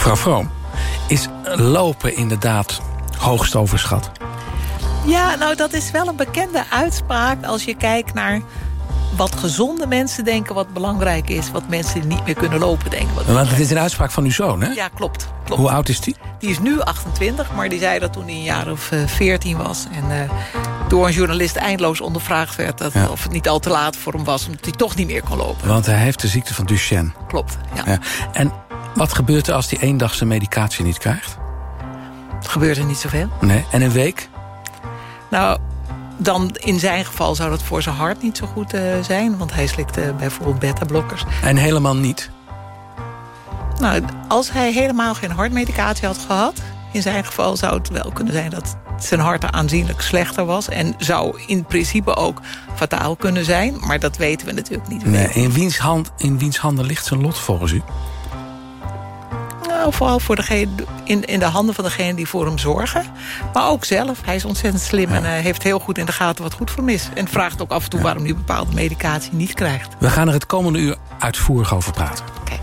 Mevrouw Vroom, is lopen inderdaad hoogst overschat? Ja, nou dat is wel een bekende uitspraak als je kijkt naar wat gezonde mensen denken wat belangrijk is. Wat mensen die niet meer kunnen lopen denken. Want het is een uitspraak van uw zoon, hè? Ja, klopt. Hoe oud is die? Die is nu 28, maar die zei dat toen hij een jaar of 14 was. En door een journalist eindeloos ondervraagd werd of het niet al te laat voor hem was, omdat hij toch niet meer kon lopen. Want hij heeft de ziekte van Duchenne. Klopt, ja. En wat gebeurt er als hij 1 dag zijn medicatie niet krijgt? Gebeurt er niet zoveel. Nee, en een week? Nou, dan in zijn geval zou dat voor zijn hart niet zo goed zijn. Want hij slikt bijvoorbeeld beta-blokkers. En helemaal niet? Nou, als hij helemaal geen hartmedicatie had gehad, in zijn geval zou het wel kunnen zijn dat zijn hart er aanzienlijk slechter was. En zou in principe ook fataal kunnen zijn. Maar dat weten we natuurlijk niet. Nee, in wiens handen ligt zijn lot volgens u? Nou, vooral voor in de handen van degene die voor hem zorgen. Maar ook zelf. Hij is ontzettend slim en heeft heel goed in de gaten wat goed voor hem is. En vraagt ook af en toe waarom hij bepaalde medicatie niet krijgt. We gaan er het komende uur uitvoerig over praten. Okay.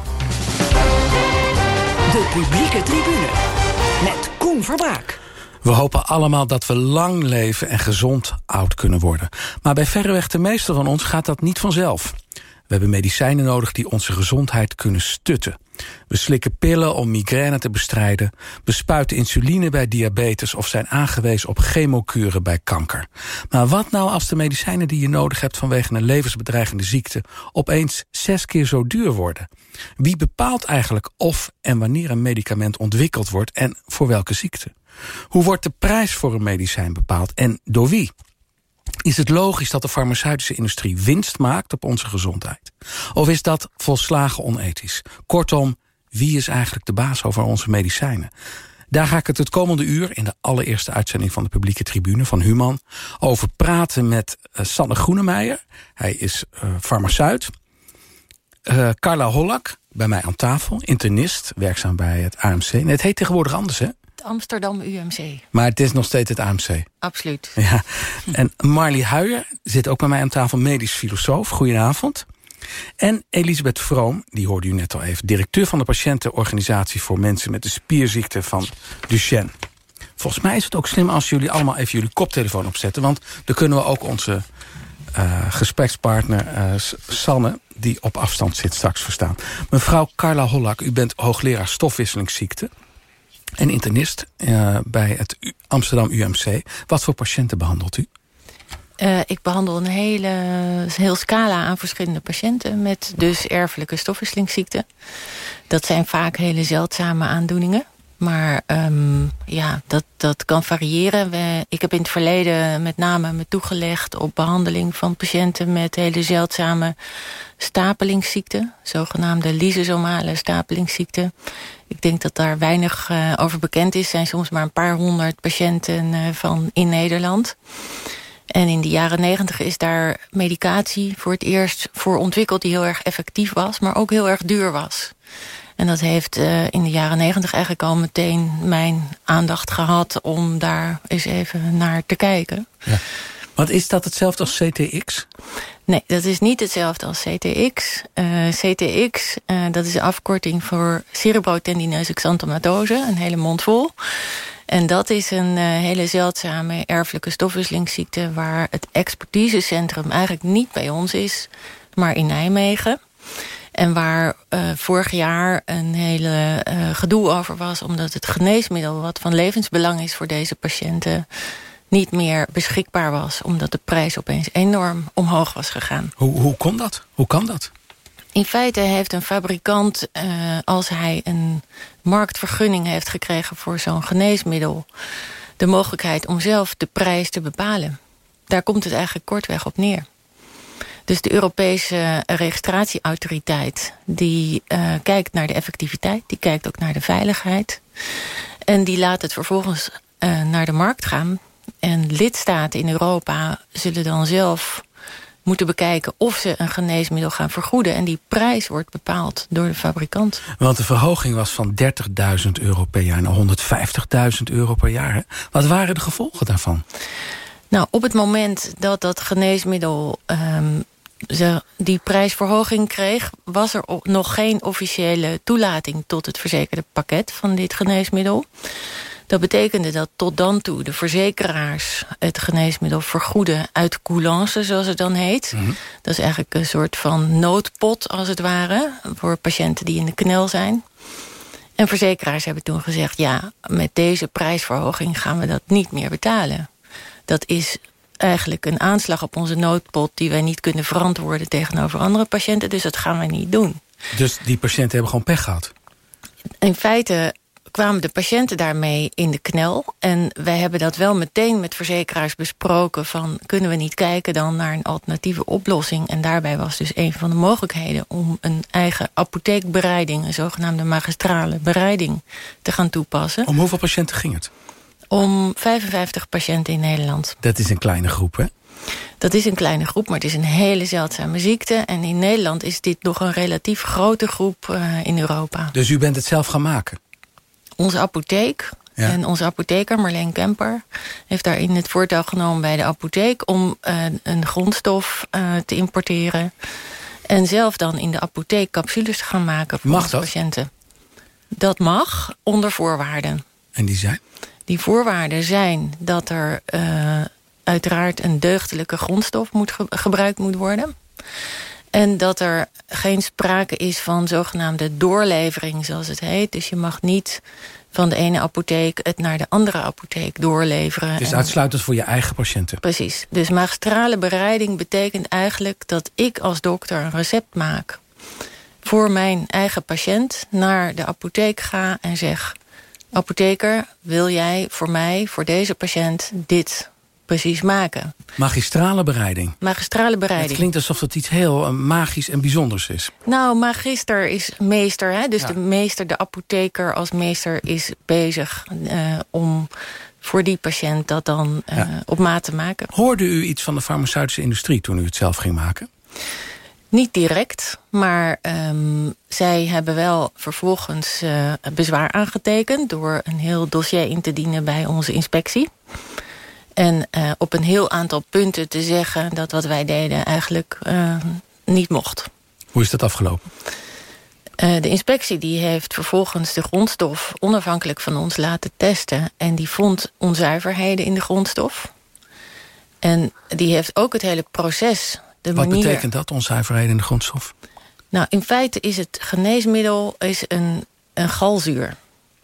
De publieke tribune met Koen Verbraak. We hopen allemaal dat we lang leven en gezond oud kunnen worden. Maar bij verreweg de meeste van ons gaat dat niet vanzelf. We hebben medicijnen nodig die onze gezondheid kunnen stutten. We slikken pillen om migraine te bestrijden, bespuiten insuline bij diabetes of zijn aangewezen op chemokuren bij kanker. Maar wat nou als de medicijnen die je nodig hebt vanwege een levensbedreigende ziekte opeens 6 keer zo duur worden? Wie bepaalt eigenlijk of en wanneer een medicament ontwikkeld wordt en voor welke ziekte? Hoe wordt de prijs voor een medicijn bepaald en door wie? Is het logisch dat de farmaceutische industrie winst maakt op onze gezondheid? Of is dat volslagen onethisch? Kortom, wie is eigenlijk de baas over onze medicijnen? Daar ga ik het komende uur, in de allereerste uitzending van de publieke tribune van Human, over praten met Sanne Groenemeijer. Hij is farmaceut. Carla Hollak, bij mij aan tafel, internist, werkzaam bij het AMC. Nee, het heet tegenwoordig anders, hè? Amsterdam UMC. Maar het is nog steeds het AMC. Absoluut. Ja. En Marlie Huijer zit ook bij mij aan tafel, medisch filosoof. Goedenavond. En Elisabeth Vroom, die hoorde u net al even, directeur van de patiëntenorganisatie voor mensen met de spierziekte van Duchenne. Volgens mij is het ook slim als jullie allemaal even jullie koptelefoon opzetten, want dan kunnen we ook onze gesprekspartner Sanne, die op afstand zit, straks verstaan. Mevrouw Carla Hollak, u bent hoogleraar stofwisselingsziekten en internist bij het Amsterdam UMC. Wat voor patiënten behandelt u? Ik behandel een heel scala aan verschillende patiënten met dus erfelijke stofwisselingsziekten. Dat zijn vaak hele zeldzame aandoeningen. Maar dat kan variëren. Ik heb in het verleden met name me toegelegd op behandeling van patiënten met hele zeldzame stapelingsziekten. Zogenaamde lysosomale stapelingsziekten. Ik denk dat daar weinig over bekend is. Er zijn soms maar een paar honderd patiënten van in Nederland. En in de jaren 90 is daar medicatie voor het eerst voor ontwikkeld die heel erg effectief was, maar ook heel erg duur was. En dat heeft in de jaren 90 eigenlijk al meteen mijn aandacht gehad om daar eens even naar te kijken. Ja. Want is dat hetzelfde als CTX? Nee, dat is niet hetzelfde als CTX. CTX, dat is de afkorting voor cerebrotendineuze xanthomatose, een hele mond vol. En dat is een hele zeldzame erfelijke stofwisselingsziekte waar het expertisecentrum eigenlijk niet bij ons is, maar in Nijmegen. En waar vorig jaar een hele gedoe over was, omdat het geneesmiddel wat van levensbelang is voor deze patiënten niet meer beschikbaar was, omdat de prijs opeens enorm omhoog was gegaan. Hoe kon dat? Hoe kan dat? In feite heeft een fabrikant, als hij een marktvergunning heeft gekregen voor zo'n geneesmiddel, de mogelijkheid om zelf de prijs te bepalen. Daar komt het eigenlijk kortweg op neer. Dus de Europese registratieautoriteit, die kijkt naar de effectiviteit, die kijkt ook naar de veiligheid. En die laat het vervolgens naar de markt gaan. En lidstaten in Europa zullen dan zelf moeten bekijken of ze een geneesmiddel gaan vergoeden. En die prijs wordt bepaald door de fabrikant. Want de verhoging was van €30.000 per jaar naar €150.000 per jaar. Hè? Wat waren de gevolgen daarvan? Nou, op het moment dat dat geneesmiddel ze die prijsverhoging kreeg, was er nog geen officiële toelating tot het verzekerde pakket van dit geneesmiddel. Dat betekende dat tot dan toe de verzekeraars het geneesmiddel vergoeden uit coulance, zoals het dan heet. Mm-hmm. Dat is eigenlijk een soort van noodpot, als het ware, voor patiënten die in de knel zijn. En verzekeraars hebben toen gezegd, ja, met deze prijsverhoging gaan we dat niet meer betalen. Dat is eigenlijk een aanslag op onze noodpot die wij niet kunnen verantwoorden tegenover andere patiënten, dus dat gaan wij niet doen. Dus die patiënten hebben gewoon pech gehad? In feite kwamen de patiënten daarmee in de knel. En wij hebben dat wel meteen met verzekeraars besproken van, kunnen we niet kijken dan naar een alternatieve oplossing? En daarbij was dus een van de mogelijkheden om een eigen apotheekbereiding, een zogenaamde magistrale bereiding, te gaan toepassen. Om hoeveel patiënten ging het? Om 55 patiënten in Nederland. Dat is een kleine groep, hè? Dat is een kleine groep, maar het is een hele zeldzame ziekte. En in Nederland is dit nog een relatief grote groep in Europa. Dus u bent het zelf gaan maken? Onze apotheek en onze apotheker Marleen Kemper heeft daarin het voortouw genomen bij de apotheek om een grondstof te importeren. En zelf dan in de apotheek capsules te gaan maken voor onze patiënten. Dat mag, onder voorwaarden. En die zijn? Die voorwaarden zijn dat er uiteraard een deugdelijke grondstof gebruikt moet worden. En dat er geen sprake is van zogenaamde doorlevering, zoals het heet. Dus je mag niet van de ene apotheek het naar de andere apotheek doorleveren. Het is uitsluitend voor je eigen patiënten. Precies. Dus magistrale bereiding betekent eigenlijk dat ik als dokter een recept maak voor mijn eigen patiënt, naar de apotheek ga en zeg, apotheker, wil jij voor mij, voor deze patiënt, dit precies maken? Magistrale bereiding. Magistrale bereiding. Het klinkt alsof het iets heel magisch en bijzonders is. Nou, magister is meester, hè? Dus de meester, de apotheker als meester is bezig om voor die patiënt dat dan op maat te maken. Hoorde u iets van de farmaceutische industrie toen u het zelf ging maken? Niet direct, maar zij hebben wel vervolgens bezwaar aangetekend door een heel dossier in te dienen bij onze inspectie. En op een heel aantal punten te zeggen dat wat wij deden eigenlijk niet mocht. Hoe is dat afgelopen? De inspectie die heeft vervolgens de grondstof onafhankelijk van ons laten testen. En die vond onzuiverheden in de grondstof. En die heeft ook het hele proces, Wat betekent dat, onzuiverheden in de grondstof? Nou, in feite is het geneesmiddel een galzuur.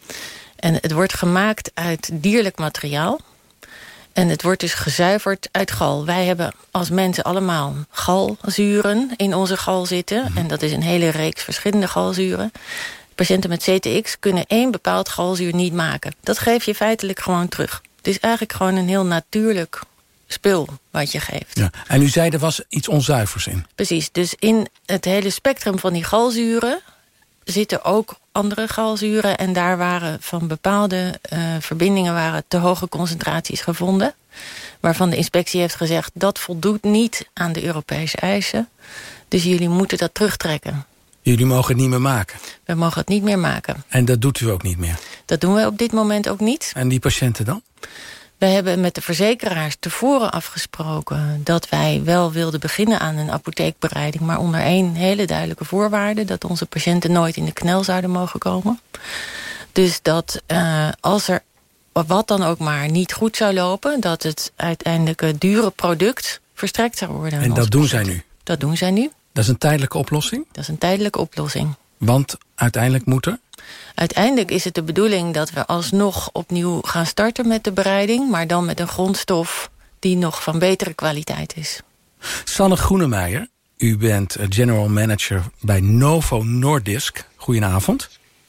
En het wordt gemaakt uit dierlijk materiaal. En het wordt dus gezuiverd uit gal. Wij hebben als mensen allemaal galzuren in onze gal zitten. Mm-hmm. En dat is een hele reeks verschillende galzuren. Patiënten met CTX kunnen één bepaald galzuur niet maken. Dat geef je feitelijk gewoon terug. Het is eigenlijk gewoon een heel natuurlijk spul wat je geeft. Ja. En u zei er was iets onzuivers in. Precies, dus in het hele spectrum van die galzuren zitten ook andere galzuren. En daar waren van bepaalde verbindingen waren te hoge concentraties gevonden. Waarvan de inspectie heeft gezegd, dat voldoet niet aan de Europese eisen. Dus jullie moeten dat terugtrekken. Jullie mogen het niet meer maken? We mogen het niet meer maken. En dat doet u ook niet meer? Dat doen we op dit moment ook niet. En die patiënten dan? We hebben met de verzekeraars tevoren afgesproken dat wij wel wilden beginnen aan een apotheekbereiding, maar onder één hele duidelijke voorwaarde, dat onze patiënten nooit in de knel zouden mogen komen. Dus dat als er wat dan ook maar niet goed zou lopen, dat het uiteindelijk dure product verstrekt zou worden. En dat doen zij nu? Dat doen zij nu. Dat is een tijdelijke oplossing? Dat is een tijdelijke oplossing. Want uiteindelijk moet er? Uiteindelijk is het de bedoeling dat we alsnog opnieuw gaan starten met de bereiding, maar dan met een grondstof die nog van betere kwaliteit is. Sanne Groenemeijer, u bent general manager bij Novo Nordisk. Goedenavond.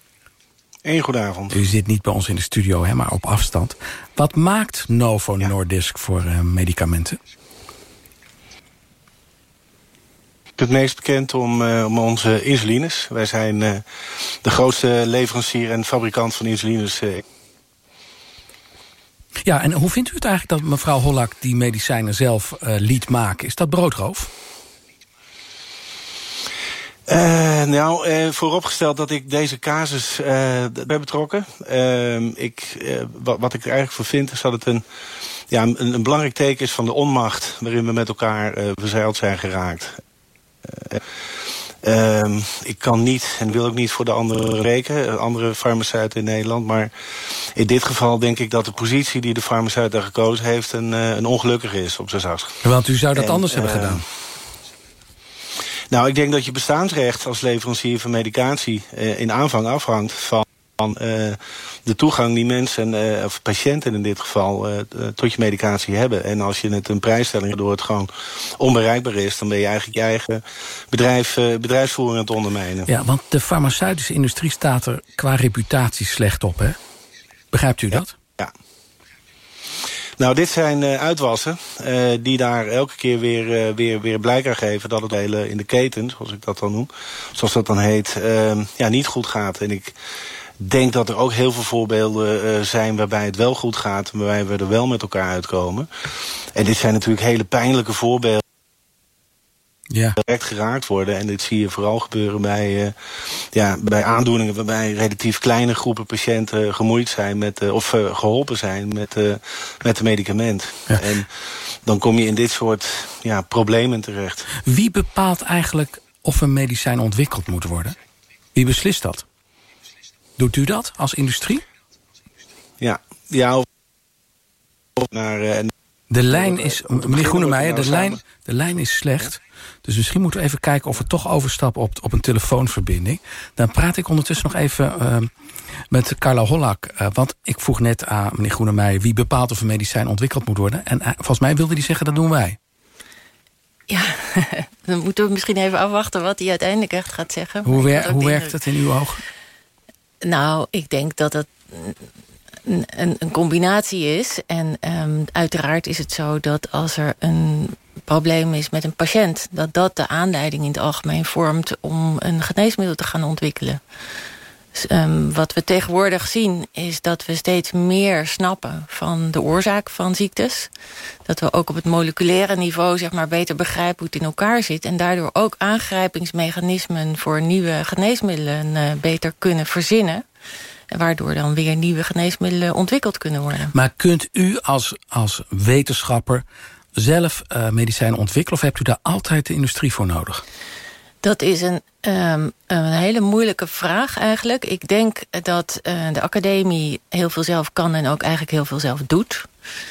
Goedenavond. U zit niet bij ons in de studio, hè, maar op afstand. Wat maakt Novo Nordisk voor medicamenten? Het meest bekend om onze insulines. Wij zijn de grootste leverancier en fabrikant van insulines. Ja, en hoe vindt u het eigenlijk dat mevrouw Hollak die medicijnen zelf liet maken? Is dat broodroof? Vooropgesteld dat ik deze casus ben betrokken. Wat ik er eigenlijk voor vind is dat het een belangrijk teken is van de onmacht waarin we met elkaar verzeild zijn geraakt. Ik kan niet en wil ook niet voor de andere farmaceuten in Nederland. Maar in dit geval denk ik dat de positie die de farmaceut daar gekozen heeft een ongelukkige is op zijn zachtst. Want u zou dat anders hebben gedaan? Nou, ik denk dat je bestaansrecht als leverancier van medicatie in aanvang afhangt van de toegang die mensen, of patiënten in dit geval, tot je medicatie hebben. En als je het een prijsstelling waardoor het gewoon onbereikbaar is, dan ben je eigenlijk je eigen bedrijfsvoering aan het ondermijnen. Ja, want de farmaceutische industrie staat er qua reputatie slecht op, hè? Begrijpt u dat? Ja. Nou, dit zijn uitwassen die daar elke keer weer blijk aan geven dat het hele in de keten, zoals ik dat dan noem, zoals dat dan heet, niet goed gaat. En ik denk dat er ook heel veel voorbeelden zijn waarbij het wel goed gaat en waarbij we er wel met elkaar uitkomen. En dit zijn natuurlijk hele pijnlijke voorbeelden. Ja. Direct geraakt worden. En dit zie je vooral gebeuren bij aandoeningen waarbij relatief kleine groepen patiënten gemoeid zijn of geholpen zijn met de medicament. Ja. En dan kom je in dit soort problemen terecht. Wie bepaalt eigenlijk of een medicijn ontwikkeld moet worden? Wie beslist dat? Doet u dat als industrie? Ja, de lijn is, meneer Groenemeijer, de lijn is slecht. Dus misschien moeten we even kijken of we toch overstappen op een telefoonverbinding. Dan praat ik ondertussen nog even met Carla Hollak. Want ik vroeg net aan meneer Groenemeijer wie bepaalt of een medicijn ontwikkeld moet worden. En volgens mij wilde hij zeggen, dat doen wij. Ja, dan moeten we misschien even afwachten wat hij uiteindelijk echt gaat zeggen. Hoe werkt het in uw ogen? Nou, ik denk dat het een combinatie is. En uiteraard is het zo dat als er een probleem is met een patiënt, dat de aanleiding in het algemeen vormt om een geneesmiddel te gaan ontwikkelen. Dus, wat we tegenwoordig zien is dat we steeds meer snappen van de oorzaak van ziektes. Dat we ook op het moleculaire niveau beter begrijpen hoe het in elkaar zit. En daardoor ook aangrijpingsmechanismen voor nieuwe geneesmiddelen beter kunnen verzinnen. Waardoor dan weer nieuwe geneesmiddelen ontwikkeld kunnen worden. Maar kunt u als wetenschapper zelf medicijnen ontwikkelen? Of hebt u daar altijd de industrie voor nodig? Dat is een hele moeilijke vraag eigenlijk. Ik denk dat de academie heel veel zelf kan en ook eigenlijk heel veel zelf doet.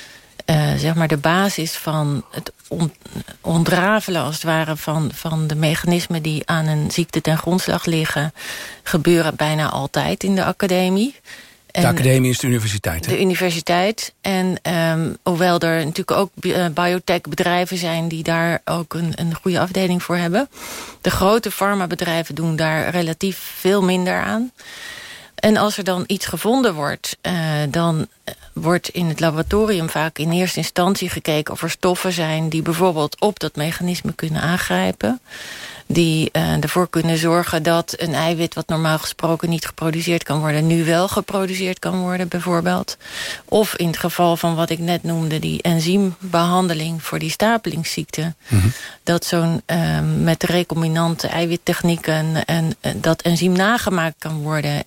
De basis van het ontrafelen als het ware van de mechanismen die aan een ziekte ten grondslag liggen, gebeuren bijna altijd in de academie. De academie is de universiteit, hè? De universiteit. En hoewel er natuurlijk ook biotech-bedrijven zijn die daar ook een goede afdeling voor hebben. De grote farmabedrijven doen daar relatief veel minder aan. En als er dan iets gevonden wordt, dan wordt in het laboratorium vaak in eerste instantie gekeken of er stoffen zijn die bijvoorbeeld op dat mechanisme kunnen aangrijpen. Die ervoor kunnen zorgen dat een eiwit wat normaal gesproken niet geproduceerd kan worden, nu wel geproduceerd kan worden bijvoorbeeld. Of in het geval van wat ik net noemde, die enzymbehandeling voor die stapelingsziekte. Mm-hmm. Dat zo'n met recombinante eiwittechnieken en dat enzym nagemaakt kan worden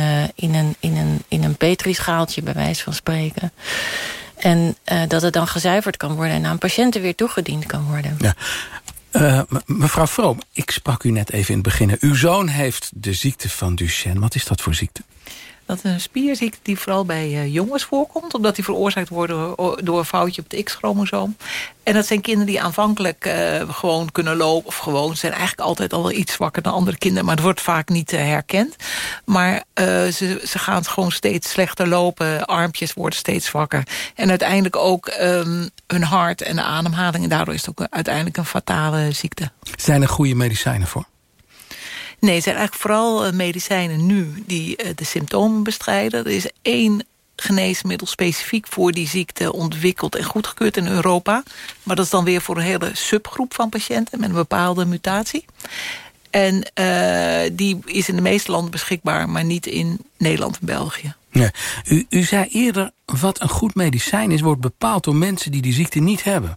in een petrischaaltje bij wijze van spreken. En dat het dan gezuiverd kan worden en aan patiënten weer toegediend kan worden. Ja. Mevrouw Vroom, ik sprak u net even in het begin. Uw zoon heeft de ziekte van Duchenne. Wat is dat voor ziekte? Dat is een spierziekte die vooral bij jongens voorkomt, omdat die veroorzaakt worden door een foutje op het X-chromosoom. En dat zijn kinderen die aanvankelijk gewoon kunnen lopen, of gewoon zijn eigenlijk altijd al wel iets zwakker dan andere kinderen, maar het wordt vaak niet herkend. Maar ze gaan gewoon steeds slechter lopen, armpjes worden steeds zwakker. En uiteindelijk ook hun hart en de ademhaling, en daardoor is het ook uiteindelijk een fatale ziekte. Zijn er goede medicijnen voor? Nee, het zijn eigenlijk vooral medicijnen nu die de symptomen bestrijden. Er is 1 geneesmiddel specifiek voor die ziekte ontwikkeld en goedgekeurd in Europa. Maar dat is dan weer voor een hele subgroep van patiënten met een bepaalde mutatie. En die is in de meeste landen beschikbaar, maar niet in Nederland en België. Ja. U zei eerder, wat een goed medicijn is, wordt bepaald door mensen die ziekte niet hebben.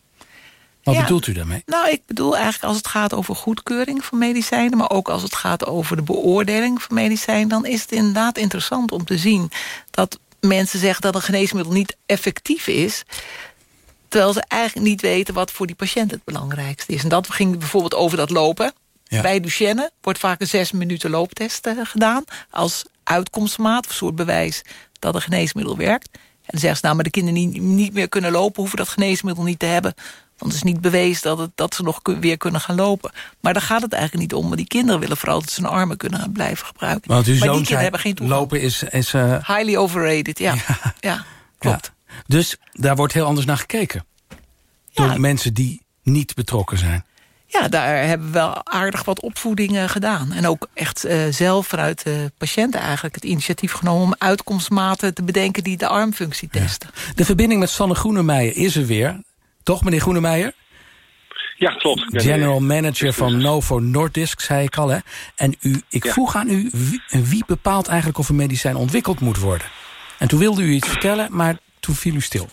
Wat bedoelt u daarmee? Nou, ik bedoel eigenlijk als het gaat over goedkeuring van medicijnen, maar ook als het gaat over de beoordeling van medicijnen, dan is het inderdaad interessant om te zien dat mensen zeggen dat een geneesmiddel niet effectief is. Terwijl ze eigenlijk niet weten wat voor die patiënt het belangrijkste is. En dat ging bijvoorbeeld over dat lopen. Ja. Bij Duchenne wordt vaak een 6 minuten looptest gedaan. Als uitkomstmaat of soort bewijs dat een geneesmiddel werkt. En dan zeggen ze, nou, maar de kinderen die niet meer kunnen lopen, hoeven dat geneesmiddel niet te hebben. Want het is niet bewezen dat ze nog weer kunnen gaan lopen. Maar daar gaat het eigenlijk niet om. Maar die kinderen willen vooral dat ze hun armen kunnen blijven gebruiken. Want uw zoon zei, hebben geen toegang. Lopen is highly overrated, ja. Klopt. Ja. Dus daar wordt heel anders naar gekeken. Door mensen die niet betrokken zijn. Ja, daar hebben we wel aardig wat opvoedingen gedaan. En ook echt zelf vanuit de patiënten eigenlijk het initiatief genomen om uitkomstmaten te bedenken die de armfunctie testen. Ja. De verbinding met Sanne Groenemeijer is er weer. Toch, meneer Groenemeijer? Ja, klopt. General manager van Novo Nordisk, zei ik al. Hè? En ik vroeg aan u, wie bepaalt eigenlijk of een medicijn ontwikkeld moet worden? En toen wilde u iets vertellen, maar toen viel u stil.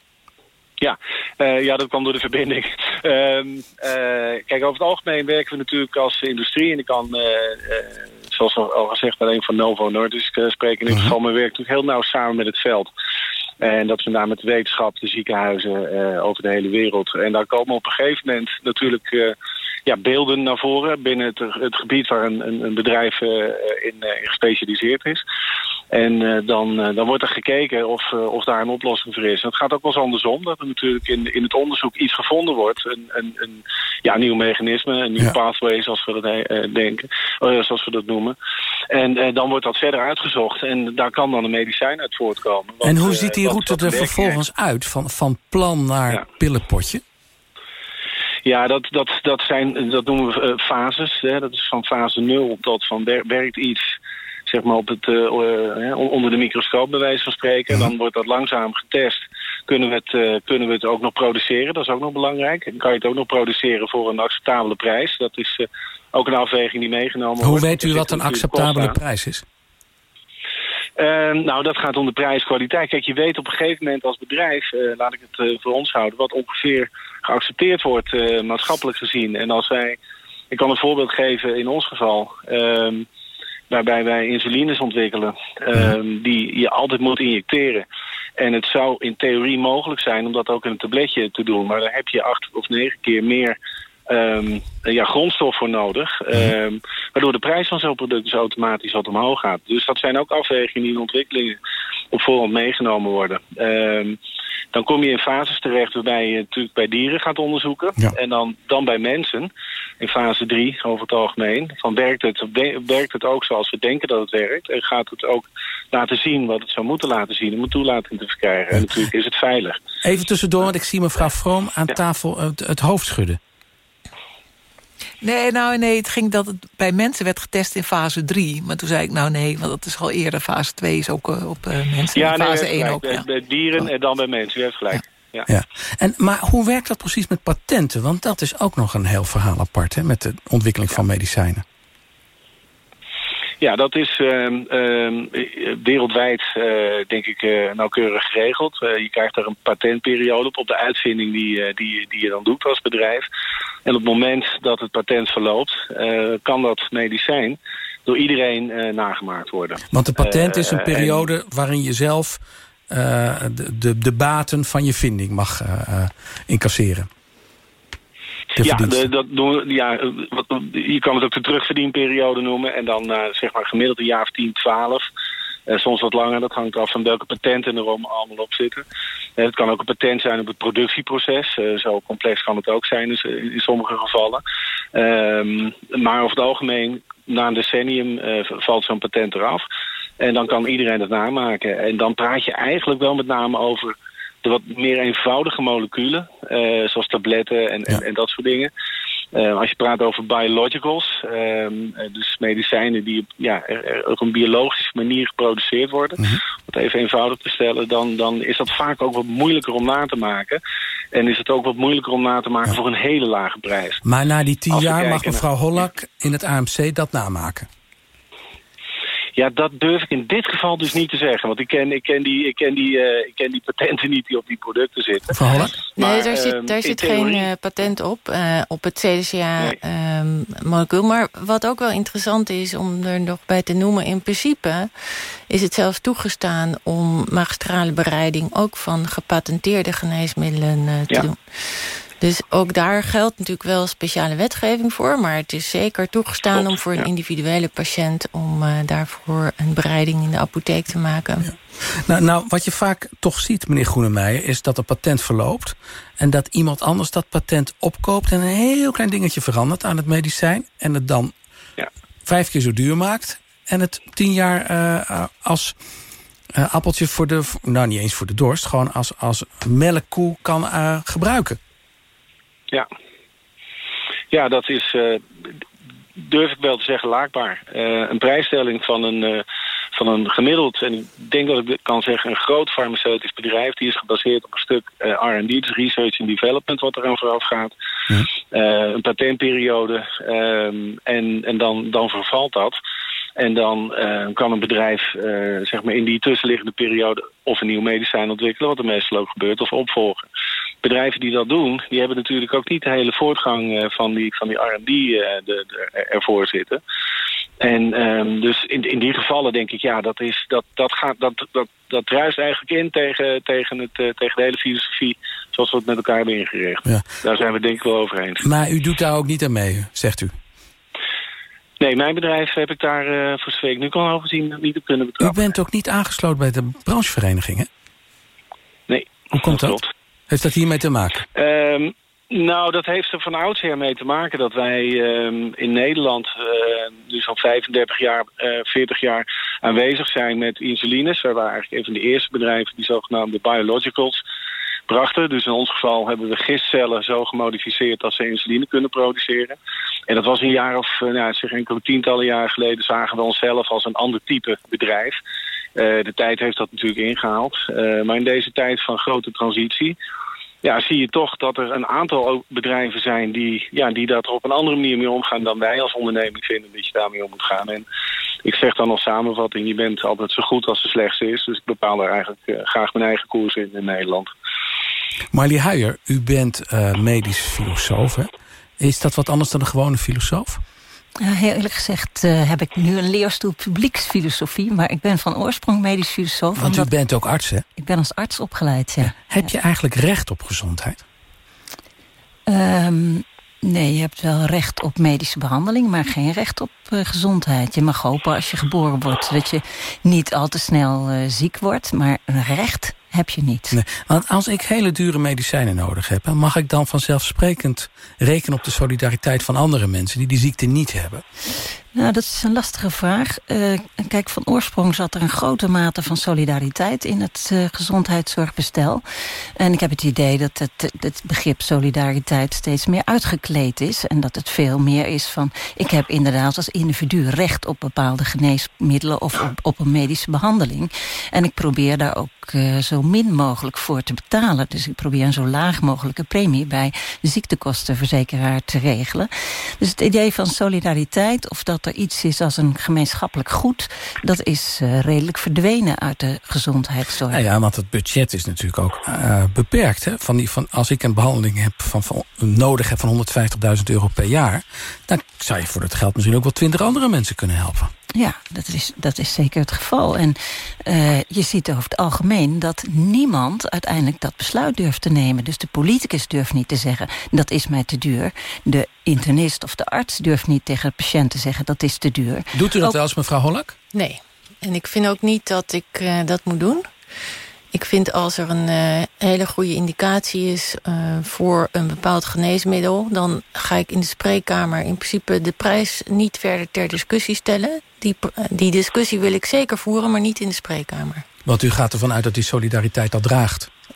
Ja, dat kwam door de verbinding. Kijk, over het algemeen werken we natuurlijk als industrie. En ik kan, zoals al gezegd, alleen van Novo Nordisk spreken. In ieder geval, maar we werken natuurlijk heel nauw samen met het veld. En dat is met name met de wetenschap, de ziekenhuizen over de hele wereld. En daar komen op een gegeven moment natuurlijk beelden naar voren binnen het gebied waar een bedrijf in gespecialiseerd is. En dan wordt er gekeken of daar een oplossing voor is. En het gaat ook wel eens andersom, dat er natuurlijk in het onderzoek iets gevonden wordt. Een nieuw mechanisme, een nieuw pathway, zoals we dat denken, zoals we dat noemen. En dan wordt dat verder uitgezocht en daar kan dan een medicijn uit voortkomen. En hoe ziet die route er vervolgens uit, van plan naar pillenpotje? Ja, dat noemen we fases. Hè. Dat is van fase 0 tot van werkt iets, zeg maar, op het onder de microscoop bij wijze van spreken. Dan wordt dat langzaam getest. Kunnen we het ook nog produceren? Dat is ook nog belangrijk. En kan je het ook nog produceren voor een acceptabele prijs? Dat is ook een afweging die meegenomen wordt. Hoe weet u wat een acceptabele prijs is? Dat gaat om de prijs-kwaliteit. Kijk, je weet op een gegeven moment als bedrijf, laat ik het voor ons houden, wat ongeveer geaccepteerd wordt maatschappelijk gezien. En ik kan een voorbeeld geven in ons geval, waarbij wij insulines ontwikkelen, die je altijd moet injecteren. En het zou in theorie mogelijk zijn om dat ook in een tabletje te doen, maar daar heb je 8 of 9 keer meer grondstof voor nodig. Waardoor de prijs van zo'n product dus automatisch wat omhoog gaat. Dus dat zijn ook afwegingen die in ontwikkelingen op voorhand meegenomen worden. Dan kom je in fases terecht waarbij je natuurlijk bij dieren gaat onderzoeken. Ja. En dan bij mensen, in fase 3 over het algemeen. Van werkt het ook zoals we denken dat het werkt? En gaat het ook laten zien wat het zou moeten laten zien om een toelating te verkrijgen? En natuurlijk is het veilig. Even tussendoor, want ik zie mevrouw Vroom aan tafel het hoofd schudden. Nee, het ging dat het bij mensen werd getest in fase 3. Maar toen zei ik, nee, want dat is al eerder. Fase 2 is ook op mensen. Ja, fase 1 ook. Bij dieren en dan bij mensen. U heeft gelijk. Ja. Maar hoe werkt dat precies met patenten? Want dat is ook nog een heel verhaal apart, hè, met de ontwikkeling van medicijnen. Ja, dat is wereldwijd, denk ik, nauwkeurig geregeld. Je krijgt daar een patentperiode op de uitvinding die je dan doet als bedrijf. En op het moment dat het patent verloopt, kan dat medicijn door iedereen nagemaakt worden. Want de patent is een periode waarin je zelf de baten van je vinding mag incasseren. Je kan het ook de terugverdienperiode noemen. En dan zeg maar gemiddeld een jaar of 10, 12. Soms wat langer, dat hangt af van welke patenten er allemaal op zitten. Het kan ook een patent zijn op het productieproces. Zo complex kan het ook zijn in sommige gevallen. Maar over het algemeen, na een decennium valt zo'n patent eraf. En dan kan iedereen het namaken. En dan praat je eigenlijk wel met name over de wat meer eenvoudige moleculen, zoals tabletten en dat soort dingen. Als je praat over biologicals, dus medicijnen die op een biologische manier geproduceerd worden, om het even eenvoudig te stellen, dan is dat vaak ook wat moeilijker om na te maken. En is het ook wat moeilijker om na te maken voor een hele lage prijs. Maar na die 10 jaar mag mevrouw Hollak in het AMC dat namaken? Ja, dat durf ik in dit geval dus niet te zeggen. Want ik ken die patenten niet die op die producten zitten. Nee, daar zit geen patent op het CDCA-molecuul. Maar wat ook wel interessant is om er nog bij te noemen... in principe is het zelfs toegestaan om magistrale bereiding... ook van gepatenteerde geneesmiddelen te doen. Dus ook daar geldt natuurlijk wel speciale wetgeving voor... maar het is zeker toegestaan om voor een individuele patiënt... om daarvoor een bereiding in de apotheek te maken. Ja. Nou, wat je vaak toch ziet, meneer Groenemeijer... is dat het patent verloopt... en dat iemand anders dat patent opkoopt... en een heel klein dingetje verandert aan het medicijn... en het dan 5 keer zo duur maakt... en het 10 jaar als... appeltje voor de... nou, niet eens voor de dorst... gewoon als melkkoe kan gebruiken. Ja, dat is, durf ik wel te zeggen, laakbaar. Een prijsstelling van een gemiddeld, en ik denk dat ik kan zeggen... een groot farmaceutisch bedrijf, die is gebaseerd op een stuk R&D... dus research and development, wat eraan vooraf gaat. Een patentperiode, en dan vervalt dat... En dan kan een bedrijf zeg maar in die tussenliggende periode... of een nieuw medicijn ontwikkelen, wat er meestal ook gebeurt, of opvolgen. Bedrijven die dat doen, die hebben natuurlijk ook niet de hele voortgang van die R&D ervoor zitten. En dus in die gevallen denk ik, ja, dat druist eigenlijk in tegen de hele filosofie zoals we het met elkaar hebben ingericht. Ja. Daar zijn we denk ik wel over eens. Maar u doet daar ook niet aan mee, zegt u? Nee, mijn bedrijf heb ik daar voor zover ik nu kan overzien niet op kunnen betrappen. U bent ook niet aangesloten bij de branchevereniging, hè? Nee. Hoe komt dat? Heeft dat hiermee te maken? Nou, dat heeft er van oudsher mee te maken dat wij in Nederland dus al 35 jaar, 40 jaar aanwezig zijn met insulines. We waren eigenlijk een van de eerste bedrijven die zogenaamde biologicals brachten. Dus in ons geval hebben we gistcellen zo gemodificeerd dat ze insuline kunnen produceren. En dat was een jaar of enkele tientallen jaren geleden zagen we onszelf als een ander type bedrijf. De tijd heeft dat natuurlijk ingehaald. Maar in deze tijd van grote transitie zie je toch dat er een aantal bedrijven zijn die dat er op een andere manier mee omgaan dan wij als onderneming vinden dat je daarmee om moet gaan. En ik zeg dan als samenvatting, je bent altijd zo goed als de slechtste is. Dus ik bepaal daar eigenlijk graag mijn eigen koers in Nederland. Marlie Huijer, u bent medisch filosoof, hè? Is dat wat anders dan een gewone filosoof? Ja, heel eerlijk gezegd heb ik nu een leerstoel publieksfilosofie... maar ik ben van oorsprong medisch filosoof. Want u bent ook arts, hè? Ik ben als arts opgeleid, ja. Heb je eigenlijk recht op gezondheid? Nee, je hebt wel recht op medische behandeling... maar geen recht op gezondheid. Je mag hopen als je geboren wordt dat je niet al te snel ziek wordt... maar een recht heb je niet. Nee, want als ik hele dure medicijnen nodig heb... mag ik dan vanzelfsprekend rekenen op de solidariteit van andere mensen... die ziekte niet hebben? Nou, dat is een lastige vraag. Kijk, van oorsprong zat er een grote mate van solidariteit... in het gezondheidszorgbestel. En ik heb het idee dat het begrip solidariteit steeds meer uitgekleed is... en dat het veel meer is van... ik heb inderdaad als individu recht op bepaalde geneesmiddelen... of op een medische behandeling. En ik probeer daar ook zo min mogelijk voor te betalen. Dus ik probeer een zo laag mogelijke premie... bij de ziektekostenverzekeraar te regelen. Dus het idee van solidariteit... of dat er iets is als een gemeenschappelijk goed... dat is redelijk verdwenen uit de gezondheidszorg. Nou ja, want het budget is natuurlijk ook beperkt. Hè? Als ik een behandeling heb nodig heb van €150.000 per jaar... dan zou je voor dat geld misschien ook wel 20 andere mensen kunnen helpen. Ja, dat is zeker het geval. En je ziet over het algemeen dat niemand uiteindelijk dat besluit durft te nemen. Dus de politicus durft niet te zeggen, dat is mij te duur. De internist of de arts durft niet tegen de patiënt te zeggen, dat is te duur. Doet u dat wel eens, mevrouw Hollak? Nee, en ik vind ook niet dat ik dat moet doen. Ik vind als er een hele goede indicatie is voor een bepaald geneesmiddel... dan ga ik in de spreekkamer in principe de prijs niet verder ter discussie stellen. Die discussie wil ik zeker voeren, maar niet in de spreekkamer. Want u gaat ervan uit dat die solidariteit dat draagt?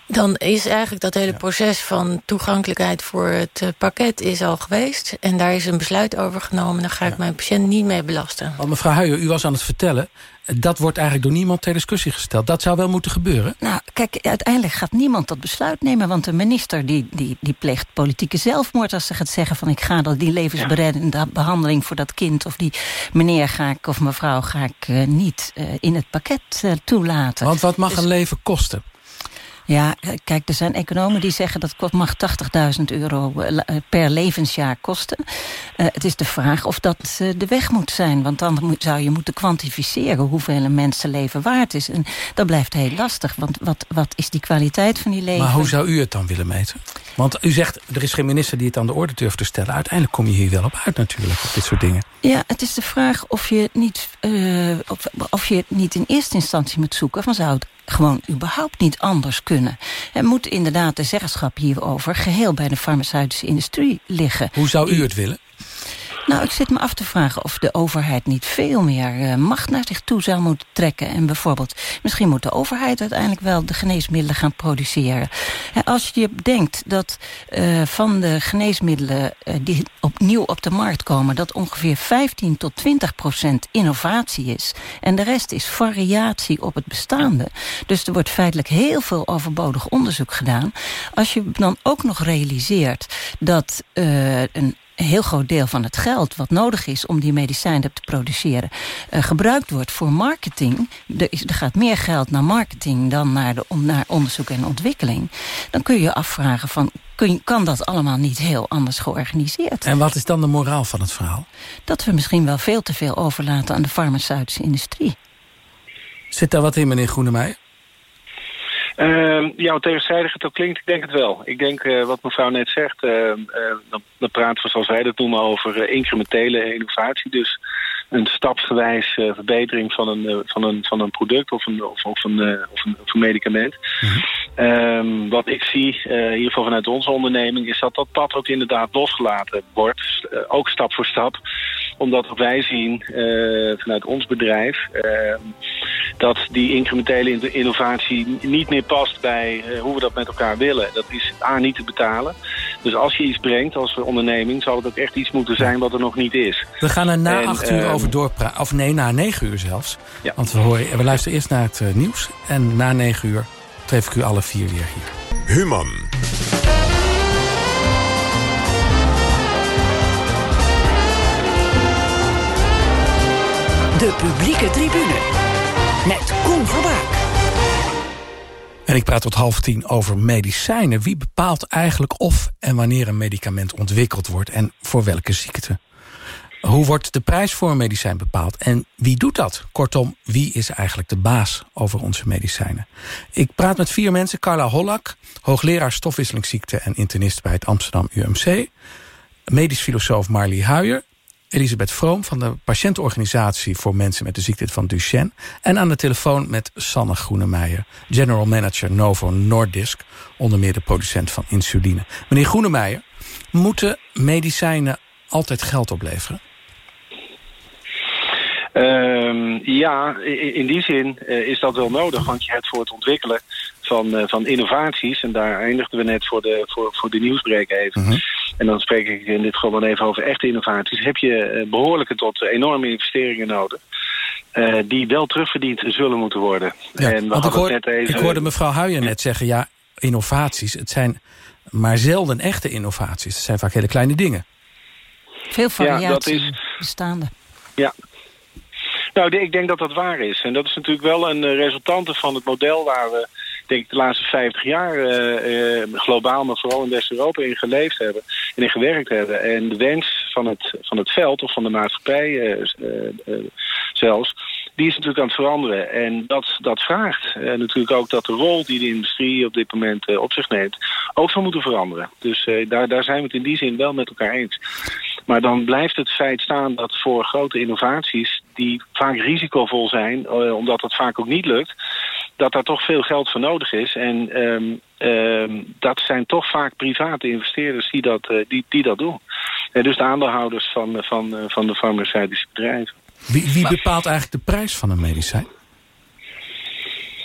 Dan is eigenlijk dat hele proces van toegankelijkheid voor het pakket is al geweest. En daar is een besluit over genomen. Daar ga ik mijn patiënt niet mee belasten. Want mevrouw Huijer, u was aan het vertellen, dat wordt eigenlijk door niemand ter discussie gesteld. Dat zou wel moeten gebeuren? Nou, kijk, uiteindelijk gaat niemand dat besluit nemen. Want de minister die pleegt politieke zelfmoord als ze gaat zeggen van ik ga die levensbereddende behandeling voor dat kind of die meneer ga ik of mevrouw ga ik niet in het pakket toelaten. Want wat mag een leven kosten? Ja, kijk, er zijn economen die zeggen dat mag €80.000 per levensjaar kosten. Het is de vraag of dat de weg moet zijn. Want dan zou je moeten kwantificeren hoeveel een mensenleven waard is. En dat blijft heel lastig, want wat is die kwaliteit van die leven? Maar hoe zou u het dan willen meten? Want u zegt, er is geen minister die het aan de orde durft te stellen. Uiteindelijk kom je hier wel op uit natuurlijk, op dit soort dingen. Ja, het is de vraag of je niet in eerste instantie moet zoeken van zou het gewoon überhaupt niet anders kunnen. Er moet inderdaad de zeggenschap hierover geheel bij de farmaceutische industrie liggen. Hoe zou u het willen? Nou, ik zit me af te vragen of de overheid niet veel meer macht naar zich toe zou moeten trekken. En bijvoorbeeld, misschien moet de overheid uiteindelijk wel de geneesmiddelen gaan produceren. Als je denkt dat van de geneesmiddelen die opnieuw op de markt komen, dat ongeveer 15 tot 20% innovatie is. En de rest is variatie op het bestaande. Dus er wordt feitelijk heel veel overbodig onderzoek gedaan. Als je dan ook nog realiseert dat een heel groot deel van het geld wat nodig is om die medicijnen te produceren gebruikt wordt voor marketing. Er gaat meer geld naar marketing dan naar onderzoek en ontwikkeling. Dan kun je je afvragen van kan dat allemaal niet heel anders georganiseerd? En wat is dan de moraal van het verhaal? Dat we misschien wel veel te veel overlaten aan de farmaceutische industrie. Zit daar wat in, meneer Groenemeijer? Hoe tegenstrijdig het ook klinkt, ik denk het wel. Ik denk wat mevrouw net zegt, dan praten we zoals wij dat noemen over incrementele innovatie. Dus een stapsgewijs verbetering van een product of een medicament. Mm-hmm. Wat ik zie, in ieder geval vanuit onze onderneming, is dat pad ook inderdaad losgelaten wordt. Ook stap voor stap. Omdat wij zien vanuit ons bedrijf dat die incrementele innovatie niet meer past bij hoe we dat met elkaar willen. Dat is niet te betalen. Dus als je iets brengt als onderneming, zal het ook echt iets moeten zijn wat er nog niet is. We gaan er na 8 uur over doorpraten. Of nee, na 9 uur zelfs. Ja. Want we luisteren eerst naar het nieuws. En na 9 uur tref ik u alle 4 weer hier. Human. De publieke tribune. Met Koen Verbraak. En ik praat tot 9:30 over medicijnen. Wie bepaalt eigenlijk of en wanneer een medicament ontwikkeld wordt en voor welke ziekte? Hoe wordt de prijs voor een medicijn bepaald en wie doet dat? Kortom, wie is eigenlijk de baas over onze medicijnen? Ik praat met 4 mensen. Carla Hollak, hoogleraar stofwisselingsziekten en internist bij het Amsterdam UMC. Medisch filosoof Marlie Huijer. Elisabeth Vroom van de patiëntenorganisatie voor mensen met de ziekte van Duchenne. En aan de telefoon met Sanne Groenemeijer, general manager Novo Nordisk, onder meer de producent van insuline. Meneer Groenemeijer, moeten medicijnen altijd geld opleveren? Ja, in die zin is dat wel nodig, want je hebt voor het ontwikkelen van innovaties, en daar eindigden we net voor de nieuwsbreak even. Mm-hmm. En dan spreek ik in dit geval dan even over echte innovaties. Heb je behoorlijke tot enorme investeringen nodig, die wel terugverdiend zullen moeten worden. Ja, en ik hoorde mevrouw Huijer net zeggen, ja, innovaties, het zijn maar zelden echte innovaties. Het zijn vaak hele kleine dingen. Veel variatie bestaande. Ja. Nou, ik denk dat dat waar is. En dat is natuurlijk wel een resultante van het model waar we, denk ik, de laatste 50 jaar globaal, maar vooral in West-Europa in geleefd hebben en in gewerkt hebben. En de wens van het veld of van de maatschappij zelfs, die is natuurlijk aan het veranderen. En dat vraagt natuurlijk ook dat de rol die de industrie op dit moment op zich neemt ook zal moeten veranderen. Dus daar zijn we het in die zin wel met elkaar eens. Maar dan blijft het feit staan dat voor grote innovaties, die vaak risicovol zijn, omdat het vaak ook niet lukt, dat daar toch veel geld voor nodig is. En dat zijn toch vaak private investeerders die dat doen. Dus de aandeelhouders van de farmaceutische bedrijven. Wie bepaalt eigenlijk de prijs van een medicijn?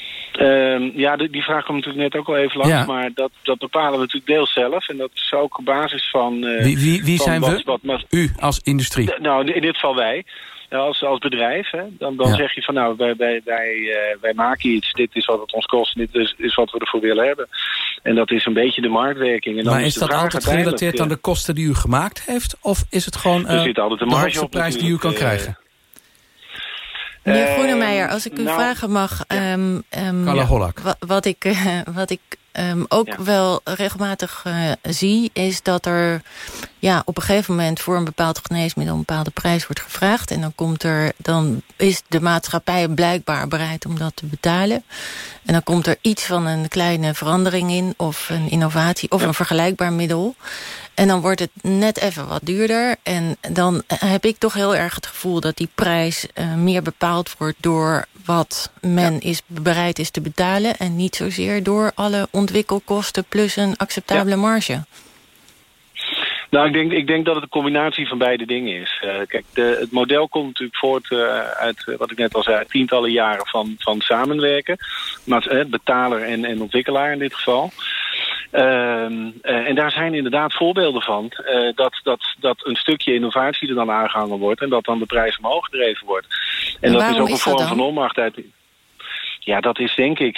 Die vraag komt natuurlijk net ook al even langs. Ja. Maar dat bepalen we natuurlijk deels zelf. En dat is ook op basis van... Wie zijn we? U als industrie? In dit geval wij. Als bedrijf. Hè. Dan zeg je van wij maken iets. Dit is wat het ons kost. Dit is wat we ervoor willen hebben. En dat is een beetje de marktwerking. En dan maar is dat altijd gerelateerd aan de kosten die u gemaakt heeft? Of is het gewoon de hoogste prijs die u kan krijgen? Meneer Groenemeijer, als ik u vragen mag... Carla Hollak. Wat ik ook wel regelmatig zie... is dat er op een gegeven moment... voor een bepaald geneesmiddel een bepaalde prijs wordt gevraagd. En dan is de maatschappij blijkbaar bereid om dat te betalen. En dan komt er iets van een kleine verandering in... of een innovatie of een vergelijkbaar middel... En dan wordt het net even wat duurder. En dan heb ik toch heel erg het gevoel dat die prijs meer bepaald wordt... door wat men bereid is te betalen. En niet zozeer door alle ontwikkelkosten plus een acceptabele marge. Nou, ik denk dat het een combinatie van beide dingen is. Kijk, het model komt natuurlijk voort uit, wat ik net al zei... tientallen jaren van samenwerken. Maar betaler en ontwikkelaar in dit geval... en daar zijn inderdaad voorbeelden van dat een stukje innovatie er dan aangehangen wordt... en dat dan de prijs omhoog gedreven wordt. En dat is ook een vorm van onmacht uit... Ja, dat is denk ik...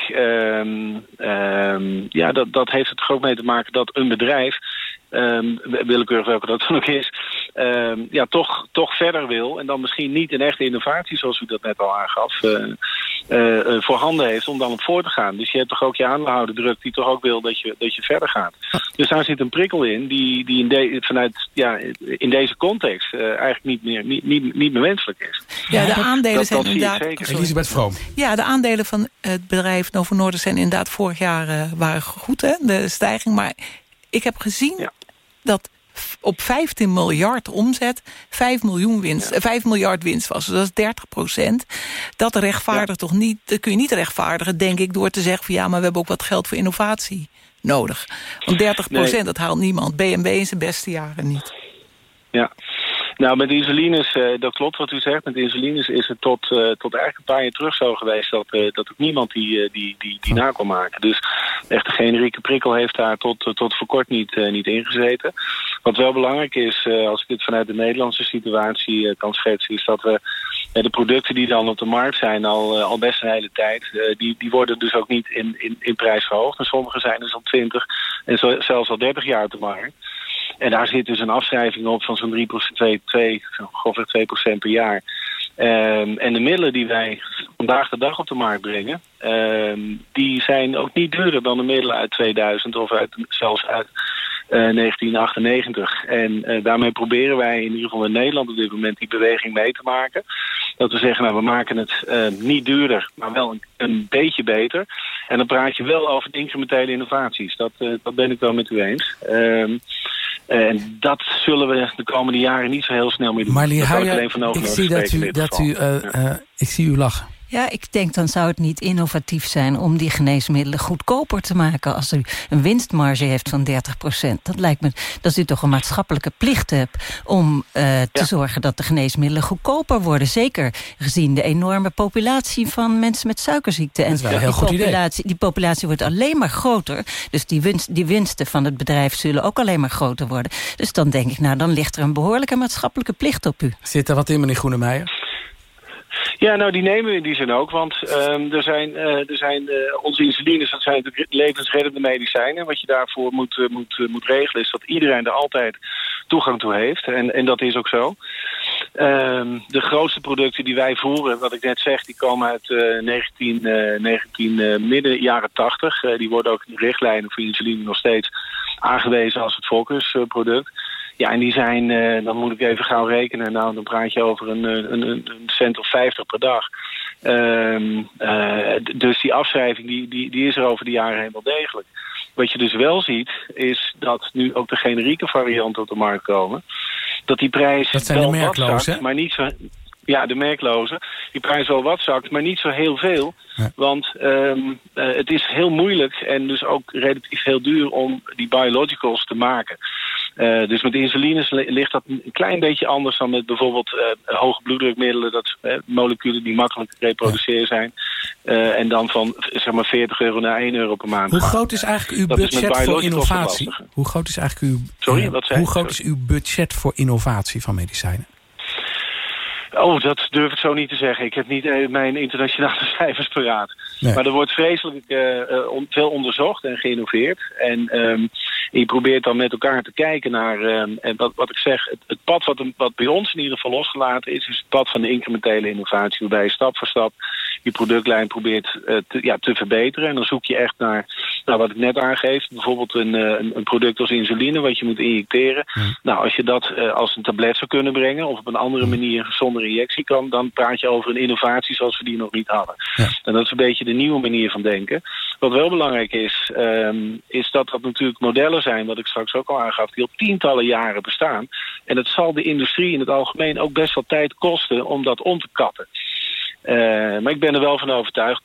dat heeft het ook mee te maken dat een bedrijf... willekeurig welke dat dan ook is... toch verder wil... en dan misschien niet een echte innovatie... zoals u dat net al aangaf... voorhanden heeft om dan op voor te gaan. Dus je hebt toch ook je aandeelhouderdruk... die toch ook wil dat je verder gaat. Dus daar zit een prikkel in... die in deze context... eigenlijk niet meer wenselijk is. Ja, de aandelen zijn inderdaad... Elisabeth Vroom. Ja, de aandelen van het bedrijf Novo Nordisk... zijn inderdaad vorig jaar waren goed, hè, de stijging. Maar ik heb gezien dat op 15 miljard omzet 5 miljard winst was. Dus dat is 30%. Dat rechtvaardigt toch niet... Dat kun je niet rechtvaardigen, denk ik, door te zeggen van... ja, maar we hebben ook wat geld voor innovatie nodig. Want 30%, dat haalt niemand. BMW in zijn beste jaren niet. Ja. Nou, met insulines, dat klopt wat u zegt. Met insulines is het tot eigenlijk een paar jaar terug zo geweest... dat ook niemand die na kon maken. Dus echt de generieke prikkel heeft daar tot voor kort niet ingezeten. Wat wel belangrijk is, als ik dit vanuit de Nederlandse situatie kan schetsen... is dat we de producten die dan op de markt zijn al best een hele tijd... die worden dus ook niet in prijs verhoogd. En sommige zijn dus al 20 en zelfs al 30 jaar op de markt. En daar zit dus een afschrijving op van zo'n 2% per jaar. En de middelen die wij vandaag de dag op de markt brengen... die zijn ook niet duurder dan de middelen uit 2000 of zelfs uit 1998. En daarmee proberen wij in ieder geval in Nederland op dit moment die beweging mee te maken. Dat we zeggen, nou, we maken het niet duurder, maar wel een beetje beter. En dan praat je wel over incrementele innovaties. Dat ben ik wel met u eens. En dat zullen we de komende jaren niet zo heel snel meer doen. Marlies Huijer, ik zie u lachen. Ja, ik denk dan zou het niet innovatief zijn om die geneesmiddelen goedkoper te maken. Als u een winstmarge heeft van 30%. Dat lijkt me dat u toch een maatschappelijke plicht hebt om te zorgen dat de geneesmiddelen goedkoper worden. Zeker gezien de enorme populatie van mensen met suikerziekte. En dat is wel een heel goed idee. Die populatie wordt alleen maar groter. Dus die winsten van het bedrijf zullen ook alleen maar groter worden. Dus dan denk ik, nou, dan ligt er een behoorlijke maatschappelijke plicht op u. Zit er wat in, meneer Groenemeijer? Ja, nou, die nemen we in die zin ook. Want er zijn onze insulines, dat zijn natuurlijk levensreddende medicijnen. Wat je daarvoor moet regelen is dat iedereen er altijd toegang toe heeft. En dat is ook zo. De grootste producten die wij voeren, wat ik net zeg, die komen uit 19 midden jaren 80. Die worden ook in de richtlijnen voor insuline nog steeds aangewezen als het focusproduct. Ja, en die zijn, dan moet ik even gauw rekenen. Nou, dan praat je over een cent of 50 per dag. Dus die afschrijving die is er over de jaren heen wel degelijk. Wat je dus wel ziet, is dat nu ook de generieke varianten op de markt komen. Dat die prijs dat zijn wel de merkloze, zakt, maar niet zo... Ja, de merkloze. Die prijs wel wat zakt, maar niet zo heel veel. Ja. Want het is heel moeilijk en dus ook relatief heel duur om die biologicals te maken. Dus met insulines ligt dat een klein beetje anders dan met bijvoorbeeld hoge bloeddrukmiddelen. Dat moleculen die makkelijk te reproduceren zijn. En dan van zeg maar €40 naar €1 per maand. Hoe groot is eigenlijk uw budget voor innovatie? Hoe groot is eigenlijk uw... Sorry, wat zei je? Hoe groot is uw budget voor innovatie van medicijnen? Oh, dat durf ik zo niet te zeggen. Ik heb niet mijn internationale cijfers paraat. Nee. Maar er wordt vreselijk veel onderzocht en geïnnoveerd. En je probeert dan met elkaar te kijken naar... en wat ik zeg, het pad wat bij ons in ieder geval losgelaten is het pad van de incrementele innovatie. Waarbij je stap voor stap je productlijn probeert te verbeteren. En dan zoek je echt naar wat ik net aangeef. Bijvoorbeeld een product als insuline wat je moet injecteren. Nou, als je dat als een tablet zou kunnen brengen... of op een andere manier zonder injectie kan... dan praat je over een innovatie zoals we die nog niet hadden. Ja. En dat is een beetje de nieuwe manier van denken. Wat wel belangrijk is dat natuurlijk modellen zijn... wat ik straks ook al aangaf, die al tientallen jaren bestaan. En het zal de industrie in het algemeen ook best wel tijd kosten... om dat om te kappen. Maar ik ben er wel van overtuigd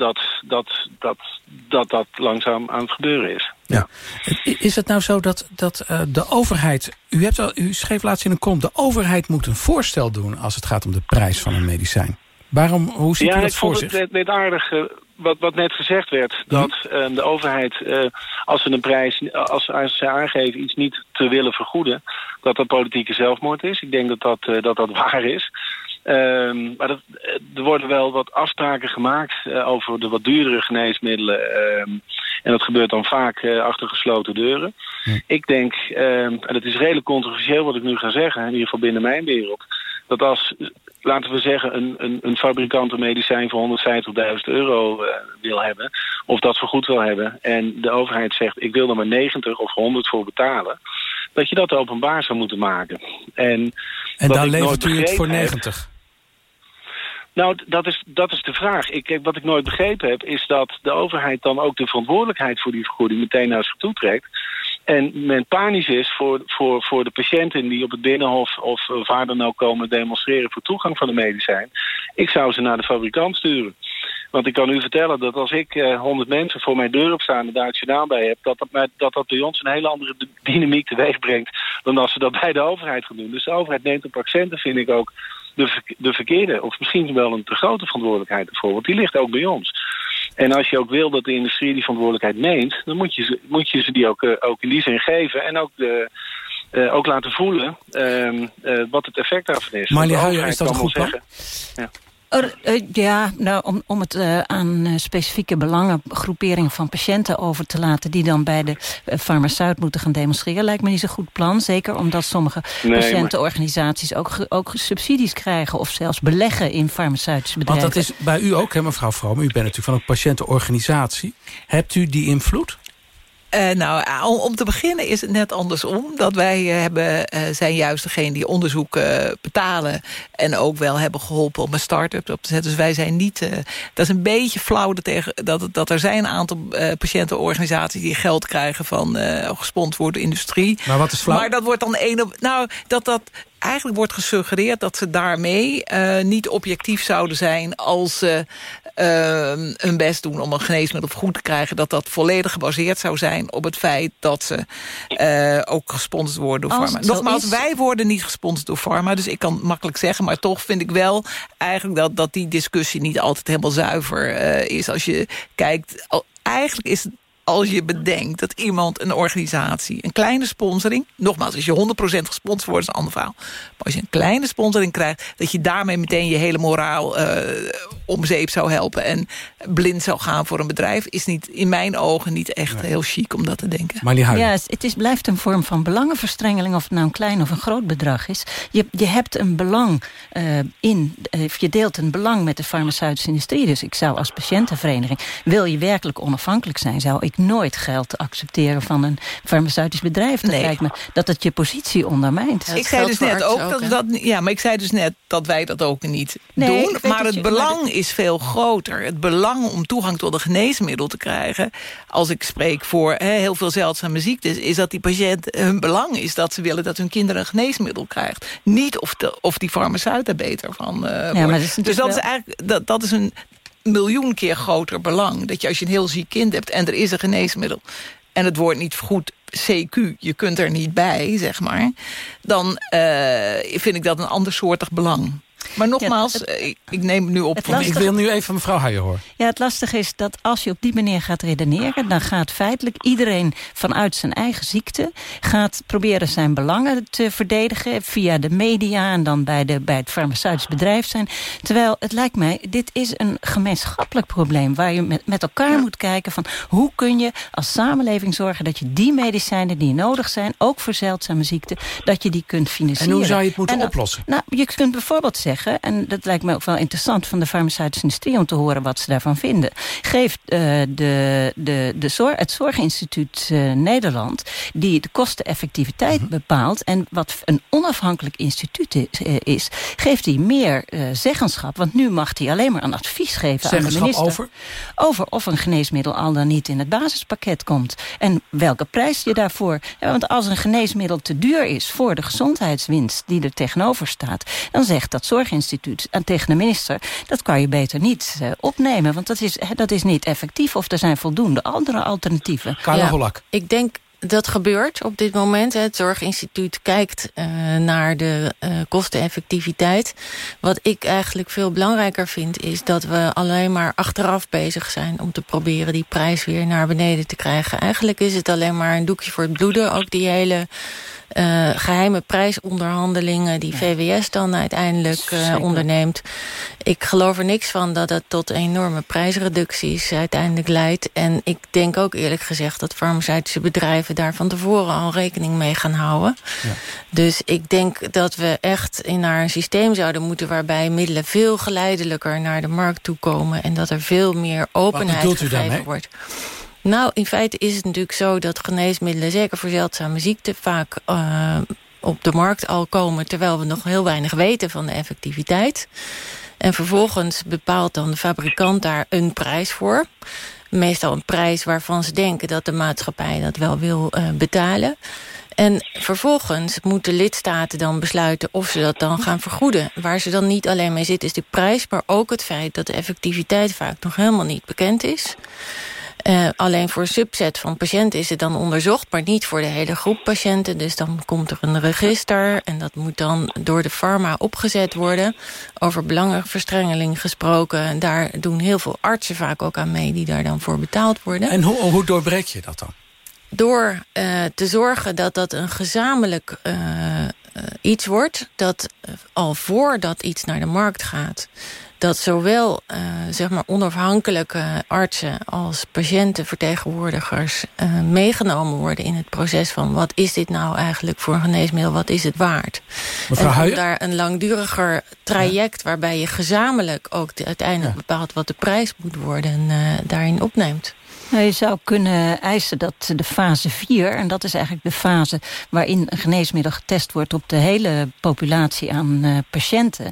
dat langzaam aan het gebeuren is. Ja. Is het nou zo dat de overheid... U schreef laatst in een column... de overheid moet een voorstel doen als het gaat om de prijs van een medicijn. Hoe ziet u dat voor zich? Ja, ik vond het aardig wat net gezegd werd. Dat de overheid, als ze een prijs... als ze aangeven iets niet te willen vergoeden... dat politieke zelfmoord is. Ik denk dat waar is. Maar er worden wel wat afspraken gemaakt over de wat duurdere geneesmiddelen. En dat gebeurt dan vaak achter gesloten deuren. Ik denk, en het is redelijk controversieel wat ik nu ga zeggen, in ieder geval binnen mijn wereld, dat als, laten we zeggen, een fabrikant een medicijn voor €150.000 wil hebben, of dat vergoed wil hebben, en de overheid zegt, ik wil er maar 90 of 100 voor betalen, dat je dat openbaar zou moeten maken. En dan levert u het voor 90? Nou, dat is de vraag. Wat ik nooit begrepen heb, is dat de overheid dan ook de verantwoordelijkheid voor die vergoeding meteen naar zich toe trekt. En men panisch is voor de patiënten die op het Binnenhof of waar dan ook komen demonstreren voor toegang van de medicijn. Ik zou ze naar de fabrikant sturen. Want ik kan u vertellen dat als ik 100 mensen voor mijn deur op staan en daar het journaal bij heb, dat bij ons een hele andere dynamiek teweeg brengt dan als ze dat bij de overheid gaan doen. Dus de overheid neemt op accenten, vind ik ook, de verkeerde, of misschien wel een te grote verantwoordelijkheid ervoor, want die ligt ook bij ons. En als je ook wil dat de industrie die verantwoordelijkheid neemt, dan moet je ze die ook in die zin geven en ook laten voelen wat het effect daarvan is. Maar is dat een goed plan? Ja. Om het aan specifieke belangengroeperingen van patiënten over te laten die dan bij de farmaceut moeten gaan demonstreren, lijkt me niet zo'n goed plan. Zeker omdat sommige patiëntenorganisaties ook subsidies krijgen of zelfs beleggen in farmaceutische bedrijven. Want dat is bij u ook, hè, mevrouw Vrome, u bent natuurlijk van een patiëntenorganisatie. Hebt u die invloed? Om te beginnen is het net andersom. Dat wij zijn juist degene die onderzoek betalen en ook wel hebben geholpen om een start-up op te zetten. Dus wij zijn niet... dat is een beetje flauw dat er zijn een aantal patiëntenorganisaties die geld krijgen van gesponsord door de industrie. Maar wat is flauw? Maar dat wordt dan dat eigenlijk wordt gesuggereerd dat ze daarmee niet objectief zouden zijn als ze hun best doen om een geneesmiddel goed te krijgen, dat volledig gebaseerd zou zijn op het feit dat ze ook gesponsord worden door Pharma. Nogmaals, wij worden niet gesponsord door Pharma, dus ik kan makkelijk zeggen, maar toch vind ik wel eigenlijk dat die discussie niet altijd helemaal zuiver is. Als je kijkt, eigenlijk is het, als je bedenkt dat iemand, een organisatie, een kleine sponsoring, nogmaals, als je 100% gesponsord wordt, is een ander verhaal. Maar als je een kleine sponsoring krijgt, dat je daarmee meteen je hele moraal om zeep zou helpen en blind zou gaan voor een bedrijf, is niet, in mijn ogen niet echt heel chic om dat te denken. Ja, het blijft een vorm van belangenverstrengeling, of het nou een klein of een groot bedrag is. Je hebt een belang je deelt een belang met de farmaceutische industrie. Dus ik zou als patiëntenvereniging, wil je werkelijk onafhankelijk zijn, zou ik nooit geld accepteren van een farmaceutisch bedrijf. Dat lijkt me dat het je positie ondermijnt. Ik zei dus net ook maar ik zei dus net dat wij dat ook niet doen. Maar het belang is veel groter. Het belang om toegang tot een geneesmiddel te krijgen, als ik spreek voor heel veel zeldzame ziektes, is dat die patiënt, hun belang is dat ze willen dat hun kinderen een geneesmiddel krijgt. Niet of die farmaceut er beter van wordt. Dus dat is eigenlijk dat is een miljoen keer groter belang. Dat je als je een heel ziek kind hebt en er is een geneesmiddel en het wordt niet goed CQ, je kunt er niet bij, zeg maar, dan vind ik dat een andersoortig belang. Maar nogmaals, ik neem het nu op. Ik wil nu even mevrouw Huijer horen. Ja, het lastige is dat als je op die manier gaat redeneren, dan gaat feitelijk iedereen vanuit zijn eigen ziekte gaat proberen zijn belangen te verdedigen via de media en dan bij het farmaceutisch bedrijf zijn. Terwijl het lijkt mij, dit is een gemeenschappelijk probleem waar je met elkaar moet kijken van hoe kun je als samenleving zorgen dat je die medicijnen die nodig zijn, ook voor zeldzame ziekten, dat je die kunt financieren. En hoe zou je het moeten oplossen? Nou, je kunt bijvoorbeeld zeggen, en dat lijkt me ook wel interessant van de farmaceutische industrie om te horen wat ze daarvan vinden. Geeft het Zorginstituut Nederland, die de kosteneffectiviteit bepaalt en wat een onafhankelijk instituut is, geeft hij meer zeggenschap. Want nu mag hij alleen maar een advies geven aan de minister. Over of een geneesmiddel al dan niet in het basispakket komt. En welke prijs je daarvoor. Ja, want als een geneesmiddel te duur is voor de gezondheidswinst die er tegenover staat, dan zegt dat Zorginstituut tegen de minister, dat kan je beter niet opnemen. Want dat is niet effectief of er zijn voldoende andere alternatieven. Carla Hollak. Ik denk dat gebeurt op dit moment. Het Zorginstituut kijkt naar de kosteneffectiviteit. Wat ik eigenlijk veel belangrijker vind, is dat we alleen maar achteraf bezig zijn om te proberen die prijs weer naar beneden te krijgen. Eigenlijk is het alleen maar een doekje voor het bloeden. Ook die hele geheime prijsonderhandelingen die VWS dan uiteindelijk onderneemt. Ik geloof er niks van dat het tot enorme prijsreducties uiteindelijk leidt. En ik denk ook eerlijk gezegd dat farmaceutische bedrijven daar van tevoren al rekening mee gaan houden. Ja. Dus ik denk dat we echt naar een systeem zouden moeten waarbij middelen veel geleidelijker naar de markt toe komen en dat er veel meer openheid gegeven wordt. Nou, in feite is het natuurlijk zo dat geneesmiddelen, zeker voor zeldzame ziekten, vaak op de markt al komen, terwijl we nog heel weinig weten van de effectiviteit. En vervolgens bepaalt dan de fabrikant daar een prijs voor. Meestal een prijs waarvan ze denken dat de maatschappij dat wel wil betalen. En vervolgens moeten lidstaten dan besluiten of ze dat dan gaan vergoeden. Waar ze dan niet alleen mee zitten is de prijs, maar ook het feit dat de effectiviteit vaak nog helemaal niet bekend is. Alleen voor een subset van patiënten is het dan onderzocht, maar niet voor de hele groep patiënten. Dus dan komt er een register en dat moet dan door de pharma opgezet worden. Over belangenverstrengeling gesproken. En daar doen heel veel artsen vaak ook aan mee die daar dan voor betaald worden. En hoe doorbreek je dat dan? Door te zorgen dat dat een gezamenlijk iets wordt, dat al voordat iets naar de markt gaat, dat zowel zeg maar onafhankelijke artsen als patiëntenvertegenwoordigers meegenomen worden in het proces van wat is dit nou eigenlijk voor een geneesmiddel, wat is het waard? En om daar een langduriger traject waarbij je gezamenlijk ook uiteindelijk bepaalt wat de prijs moet worden daarin opneemt. Nou, je zou kunnen eisen dat de fase 4... en dat is eigenlijk de fase waarin een geneesmiddel getest wordt op de hele populatie aan patiënten,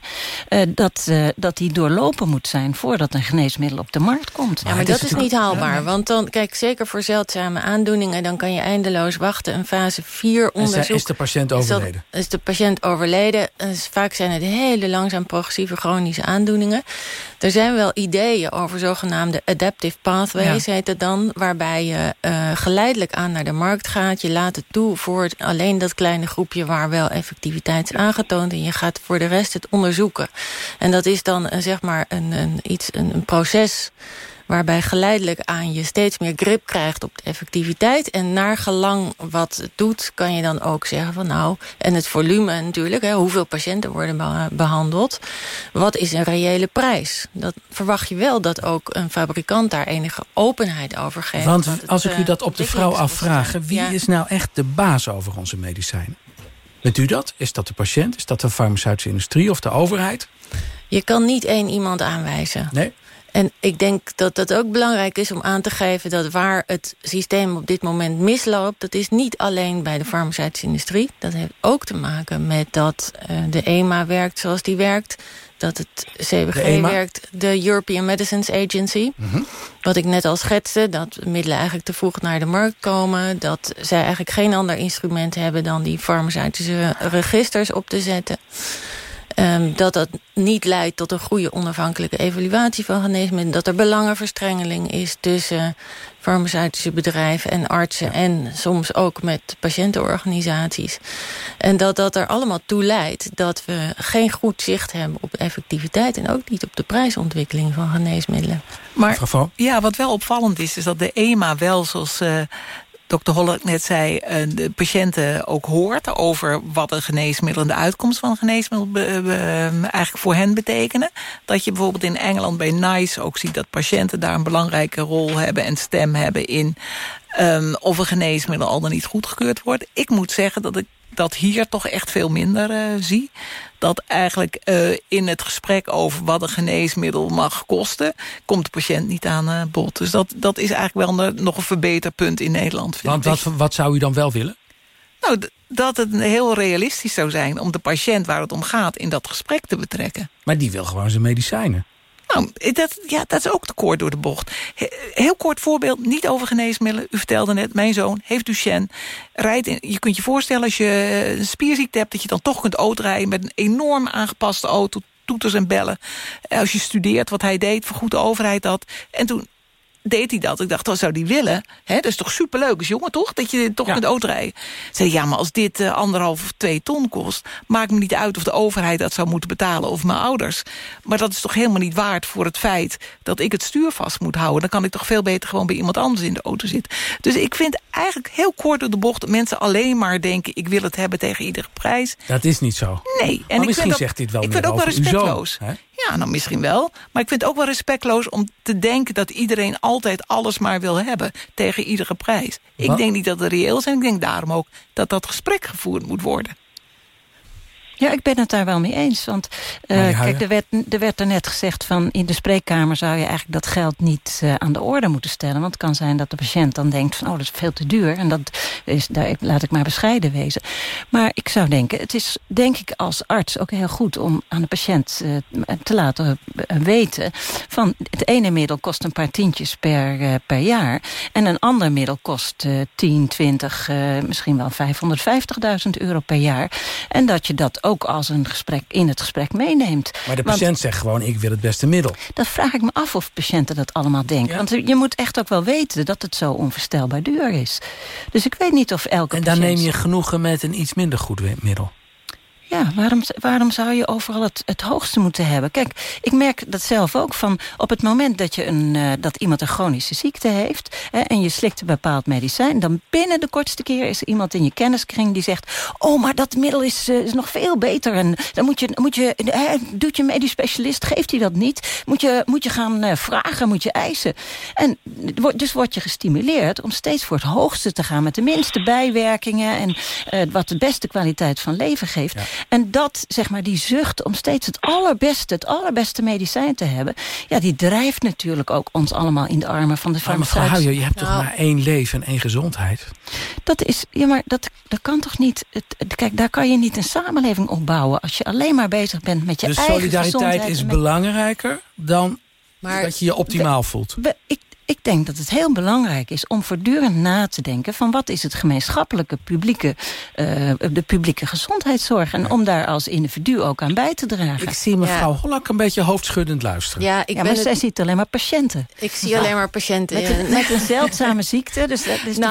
dat die doorlopen moet zijn voordat een geneesmiddel op de markt komt. Ja, maar dat is niet haalbaar. Want dan, kijk, zeker voor zeldzame aandoeningen, dan kan je eindeloos wachten. Een fase 4 onderzoek. Is de patiënt overleden? Is de patiënt overleden. Dus vaak zijn het hele langzaam progressieve chronische aandoeningen. Er zijn wel ideeën over zogenaamde adaptive pathways, heet het dan, waarbij je geleidelijk aan naar de markt gaat. Je laat het toe voor alleen dat kleine groepje waar wel effectiviteit is aangetoond en je gaat voor de rest het onderzoeken. En dat is dan zeg maar een proces waarbij geleidelijk aan je steeds meer grip krijgt op de effectiviteit. En naar gelang wat het doet, kan je dan ook zeggen van nou, en het volume natuurlijk, hoeveel patiënten worden behandeld. Wat is een reële prijs? Dat verwacht je wel dat ook een fabrikant daar enige openheid over geeft. Want als ik u dat op de vrouw afvraag, wie is nou echt de baas over onze medicijnen? Bent u dat? Is dat de patiënt? Is dat de farmaceutische industrie of de overheid? Je kan niet één iemand aanwijzen. Nee. En ik denk dat het ook belangrijk is om aan te geven dat waar het systeem op dit moment misloopt, dat is niet alleen bij de farmaceutische industrie. Dat heeft ook te maken met dat de EMA werkt zoals die werkt. Dat het CBG werkt, de European Medicines Agency. Wat ik net al schetste, dat middelen eigenlijk te vroeg naar de markt komen. Dat zij eigenlijk geen ander instrument hebben dan die farmaceutische registers op te zetten. Dat niet leidt tot een goede onafhankelijke evaluatie van geneesmiddelen. Dat er belangenverstrengeling is tussen farmaceutische bedrijven en artsen. En soms ook met patiëntenorganisaties. En dat er allemaal toe leidt dat we geen goed zicht hebben op de effectiviteit. En ook niet op de prijsontwikkeling van geneesmiddelen. Maar ja, wat wel opvallend is dat de EMA wel, zoals Dr. Holle net zei, de patiënten ook hoort over wat een geneesmiddel en de uitkomst van een geneesmiddel eigenlijk voor hen betekenen. Dat je bijvoorbeeld in Engeland bij NICE ook ziet dat patiënten daar een belangrijke rol hebben en stem hebben in of een geneesmiddel al dan niet goedgekeurd wordt. Ik moet zeggen dat ik dat hier toch echt veel minder zie. Dat eigenlijk in het gesprek over wat een geneesmiddel mag kosten, komt de patiënt niet aan bod. Dus dat is eigenlijk wel nog een verbeterpunt in Nederland. Want wat zou u dan wel willen? Nou, dat het heel realistisch zou zijn om de patiënt waar het om gaat in dat gesprek te betrekken. Maar die wil gewoon zijn medicijnen. Nou, dat is ook te kort door de bocht. Heel kort voorbeeld, niet over geneesmiddelen. U vertelde net, mijn zoon heeft Duchenne. Je kunt je voorstellen als je een spierziekte hebt, dat je dan toch kunt autorijden met een enorm aangepaste auto, toeters en bellen. Als je studeert wat hij deed, vergoedt de overheid dat. En toen deed hij dat. Ik dacht, wat zou die willen? Dat is toch superleuk als jongen, toch? Dat je toch met de auto rijdt. Zei ja, maar als dit 1,5 of 2 ton kost, maakt me niet uit of de overheid dat zou moeten betalen of mijn ouders. Maar dat is toch helemaal niet waard voor het feit dat ik het stuur vast moet houden. Dan kan ik toch veel beter gewoon bij iemand anders in de auto zitten. Dus ik vind eigenlijk heel kort door de bocht dat mensen alleen maar denken, ik wil het hebben tegen iedere prijs. Dat is niet zo. Nee. En misschien zegt dit wel meer over uw zoon. Ik vind het ook wel respectloos. Ja, nou misschien wel. Maar ik vind het ook wel respectloos om te denken dat iedereen altijd alles maar wil hebben tegen iedere prijs. Ik denk niet dat het reëel is en ik denk daarom ook dat dat gesprek gevoerd moet worden. Ja, ik ben het daar wel mee eens. Want kijk, er werd er net gezegd van in de spreekkamer zou je eigenlijk dat geld niet aan de orde moeten stellen. Want het kan zijn dat de patiënt dan denkt van dat is veel te duur. En daar laat ik maar bescheiden wezen. Maar ik zou denken, het is denk ik als arts ook heel goed om aan de patiënt te laten weten van het ene middel kost een paar tientjes per jaar. En een ander middel kost 10, 20, misschien wel 550.000 euro per jaar. En dat je dat ook als een gesprek in het gesprek meeneemt. Maar de patiënt zegt gewoon, ik wil het beste middel. Dat vraag ik me af of patiënten dat allemaal denken. Ja. Want je moet echt ook wel weten dat het zo onvoorstelbaar duur is. Dus ik weet niet of elke patiënt... En dan neem je genoegen met een iets minder goed middel. Ja, waarom zou je overal het hoogste moeten hebben? Kijk, ik merk dat zelf ook van op het moment dat iemand een chronische ziekte heeft en je slikt een bepaald medicijn, dan binnen de kortste keer is er iemand in je kenniskring die zegt, maar dat middel is nog veel beter en dan doet je medisch specialist, geeft hij dat niet? Moet je gaan vragen, moet je eisen. En dus word je gestimuleerd om steeds voor het hoogste te gaan met de minste bijwerkingen en wat de beste kwaliteit van leven geeft. Ja. En dat, zeg maar, die zucht om steeds het allerbeste medicijn te hebben, ja, die drijft natuurlijk ook ons allemaal in de armen van de farmaceutische. Maar mevrouw Huijer, je hebt toch maar 1 leven en 1 gezondheid? Dat is, ja, maar dat kan toch niet. Kijk, daar kan je niet een samenleving opbouwen als je alleen maar bezig bent met je eigen gezondheid. Dus solidariteit is belangrijker dan dat je je optimaal voelt? Ik denk dat het heel belangrijk is om voortdurend na te denken van wat is het gemeenschappelijke de publieke gezondheidszorg. En om daar als individu ook aan bij te dragen. Ik zie mevrouw Hollak een beetje hoofdschuddend luisteren. Ja, maar zij ziet alleen maar patiënten. Ik zie alleen maar patiënten. Met een zeldzame ziekte. Dus dat is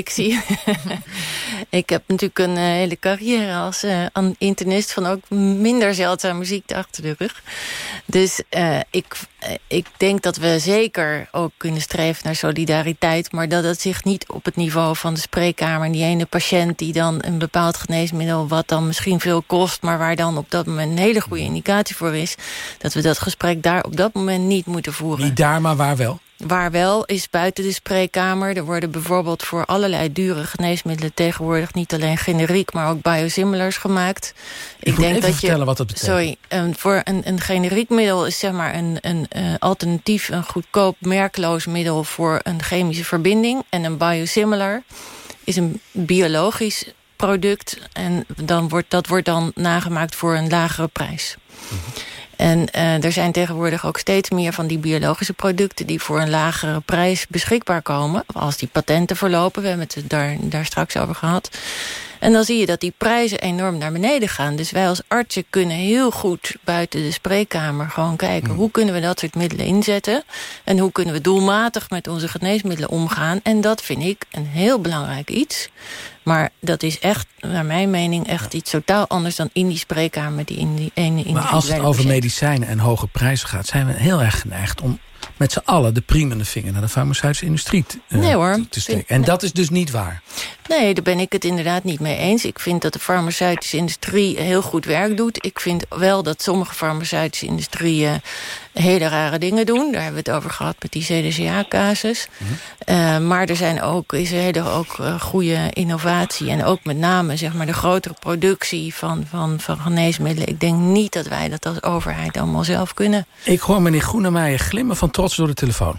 ik heb natuurlijk een hele carrière als internist van ook minder zeldzame ziekte achter de rug. Dus ik denk dat we zeker ook kunnen streven naar solidariteit, maar dat het zich niet op het niveau van de spreekkamer, die ene patiënt die dan een bepaald geneesmiddel wat dan misschien veel kost, maar waar dan op dat moment een hele goede indicatie voor is, dat we dat gesprek daar op dat moment niet moeten voeren. Niet daar, maar waar wel? Waar wel is buiten de spreekkamer. Er worden bijvoorbeeld voor allerlei dure geneesmiddelen tegenwoordig niet alleen generiek, maar ook biosimilars gemaakt. Ik denk dat vertellen wat dat betekent. Sorry, voor een generiek middel is zeg maar een alternatief, een goedkoop merkloos middel voor een chemische verbinding. En een biosimilar is een biologisch product en dat wordt dan nagemaakt voor een lagere prijs. En er zijn tegenwoordig ook steeds meer van die biologische producten die voor een lagere prijs beschikbaar komen. Als die patenten verlopen, we hebben het daar straks over gehad. En dan zie je dat die prijzen enorm naar beneden gaan. Dus wij als artsen kunnen heel goed buiten de spreekkamer gewoon kijken... hoe kunnen we dat soort middelen inzetten? En hoe kunnen we doelmatig met onze geneesmiddelen omgaan? En dat vind ik een heel belangrijk iets. Maar dat is echt, naar mijn mening, echt iets totaal anders... dan in die spreekkamer met die ene Maar als het over medicijnen en hoge prijzen gaat... zijn we heel erg geneigd om met z'n allen de priemende vinger... naar de farmaceutische industrie te steken. En dat is dus niet waar. Nee, daar ben ik het inderdaad niet mee eens. Ik vind dat de farmaceutische industrie heel goed werk doet. Ik vind wel dat sommige farmaceutische industrieën hele rare dingen doen. Daar hebben we het over gehad met die CDCA-casus. Maar is er ook goede innovatie. En ook met name zeg maar, de grotere productie van geneesmiddelen. Ik denk niet dat wij dat als overheid allemaal zelf kunnen. Ik hoor meneer Groenemeijer glimmen van trots door de telefoon.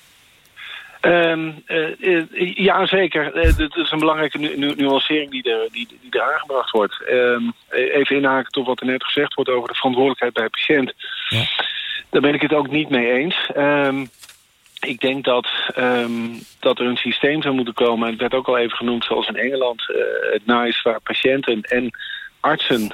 Ja, zeker. Dat is een belangrijke nuancering die er aangebracht wordt. Even inhaken op wat er net gezegd wordt over de verantwoordelijkheid bij de patiënt. Ja. Daar ben ik het ook niet mee eens. Ik denk dat er een systeem zou moeten komen. En het werd ook al even genoemd zoals in Engeland. Het NICE, waar patiënten en artsen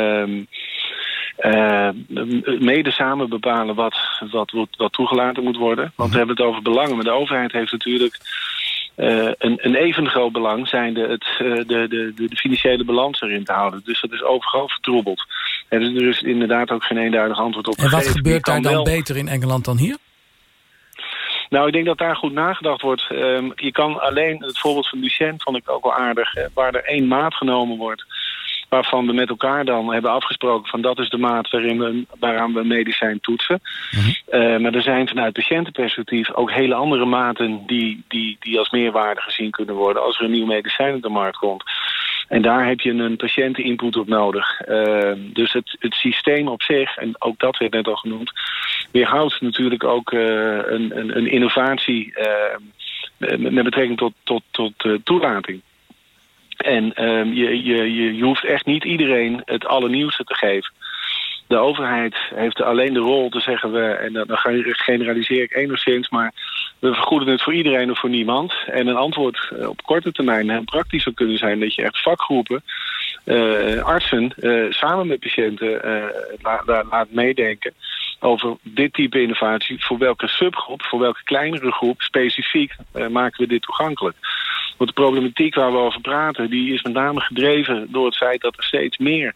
mede samen bepalen wat toegelaten moet worden. Want we hebben het over belangen. Maar de overheid heeft natuurlijk een even groot belang, zijnde de financiële balans erin te houden. Dus dat is overal vertroebeld. En er is inderdaad ook geen eenduidig antwoord op gegeven. En wat gebeurt daar dan beter in Engeland dan hier? Nou, ik denk dat daar goed nagedacht wordt. Je kan alleen, het voorbeeld van Duchenne vond ik ook wel aardig, waar er 1 maat genomen wordt, waarvan we met elkaar dan hebben afgesproken van dat is de maat waaraan we medicijn toetsen. Maar er zijn vanuit patiëntenperspectief ook hele andere maten die als meerwaarde gezien kunnen worden als er een nieuw medicijn op de markt komt. En daar heb je een patiënteninput op nodig. Dus het systeem op zich, en ook dat werd net al genoemd, weerhoudt natuurlijk ook een innovatie met betrekking tot toelating. En je hoeft echt niet iedereen het allernieuwste te geven. De overheid heeft alleen de rol te zeggen, en dan generaliseer ik enigszins, maar we vergoeden het voor iedereen of voor niemand. En een antwoord op korte termijn heel praktisch zou kunnen zijn dat je echt vakgroepen, artsen, samen met patiënten laat meedenken over dit type innovatie. Voor welke subgroep, voor welke kleinere groep specifiek maken we dit toegankelijk. Want de problematiek waar we over praten, die is met name gedreven door het feit dat er steeds meer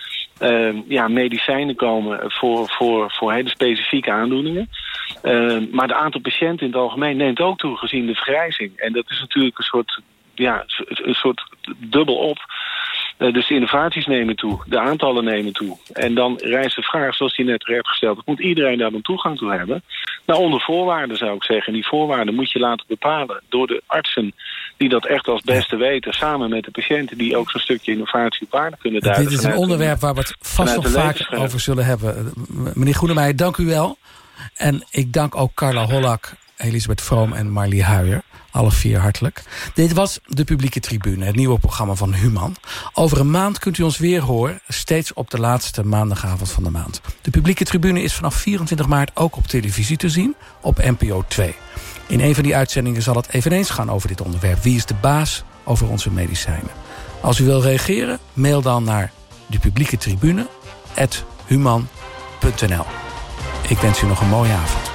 medicijnen komen voor hele specifieke aandoeningen. Maar de aantal patiënten in het algemeen neemt ook toe gezien de vergrijzing. En dat is natuurlijk een soort dubbel op. Dus de innovaties nemen toe, de aantallen nemen toe. En dan rijst de vraag, zoals die net terecht gesteld is, moet iedereen daar dan toegang toe hebben? Nou, onder voorwaarden zou ik zeggen. En die voorwaarden moet je laten bepalen door de artsen die dat echt als beste weten, samen met de patiënten die ook zo'n stukje innovatie op waarde kunnen duiden. Dit is een onderwerp waar we het vast nog vaak over zullen hebben. Meneer Groenemeijer, dank u wel. En ik dank ook Carla Hollak, Elisabeth Vroom en Marlie Huijer. Alle 4 hartelijk. Dit was de Publieke Tribune, het nieuwe programma van Human. Over een maand kunt u ons weer horen, steeds op de laatste maandagavond van de maand. De Publieke Tribune is vanaf 24 maart ook op televisie te zien, op NPO 2. In een van die uitzendingen zal het eveneens gaan over dit onderwerp. Wie is de baas over onze medicijnen? Als u wil reageren, mail dan naar depublieketribune@human.nl. Ik wens u nog een mooie avond.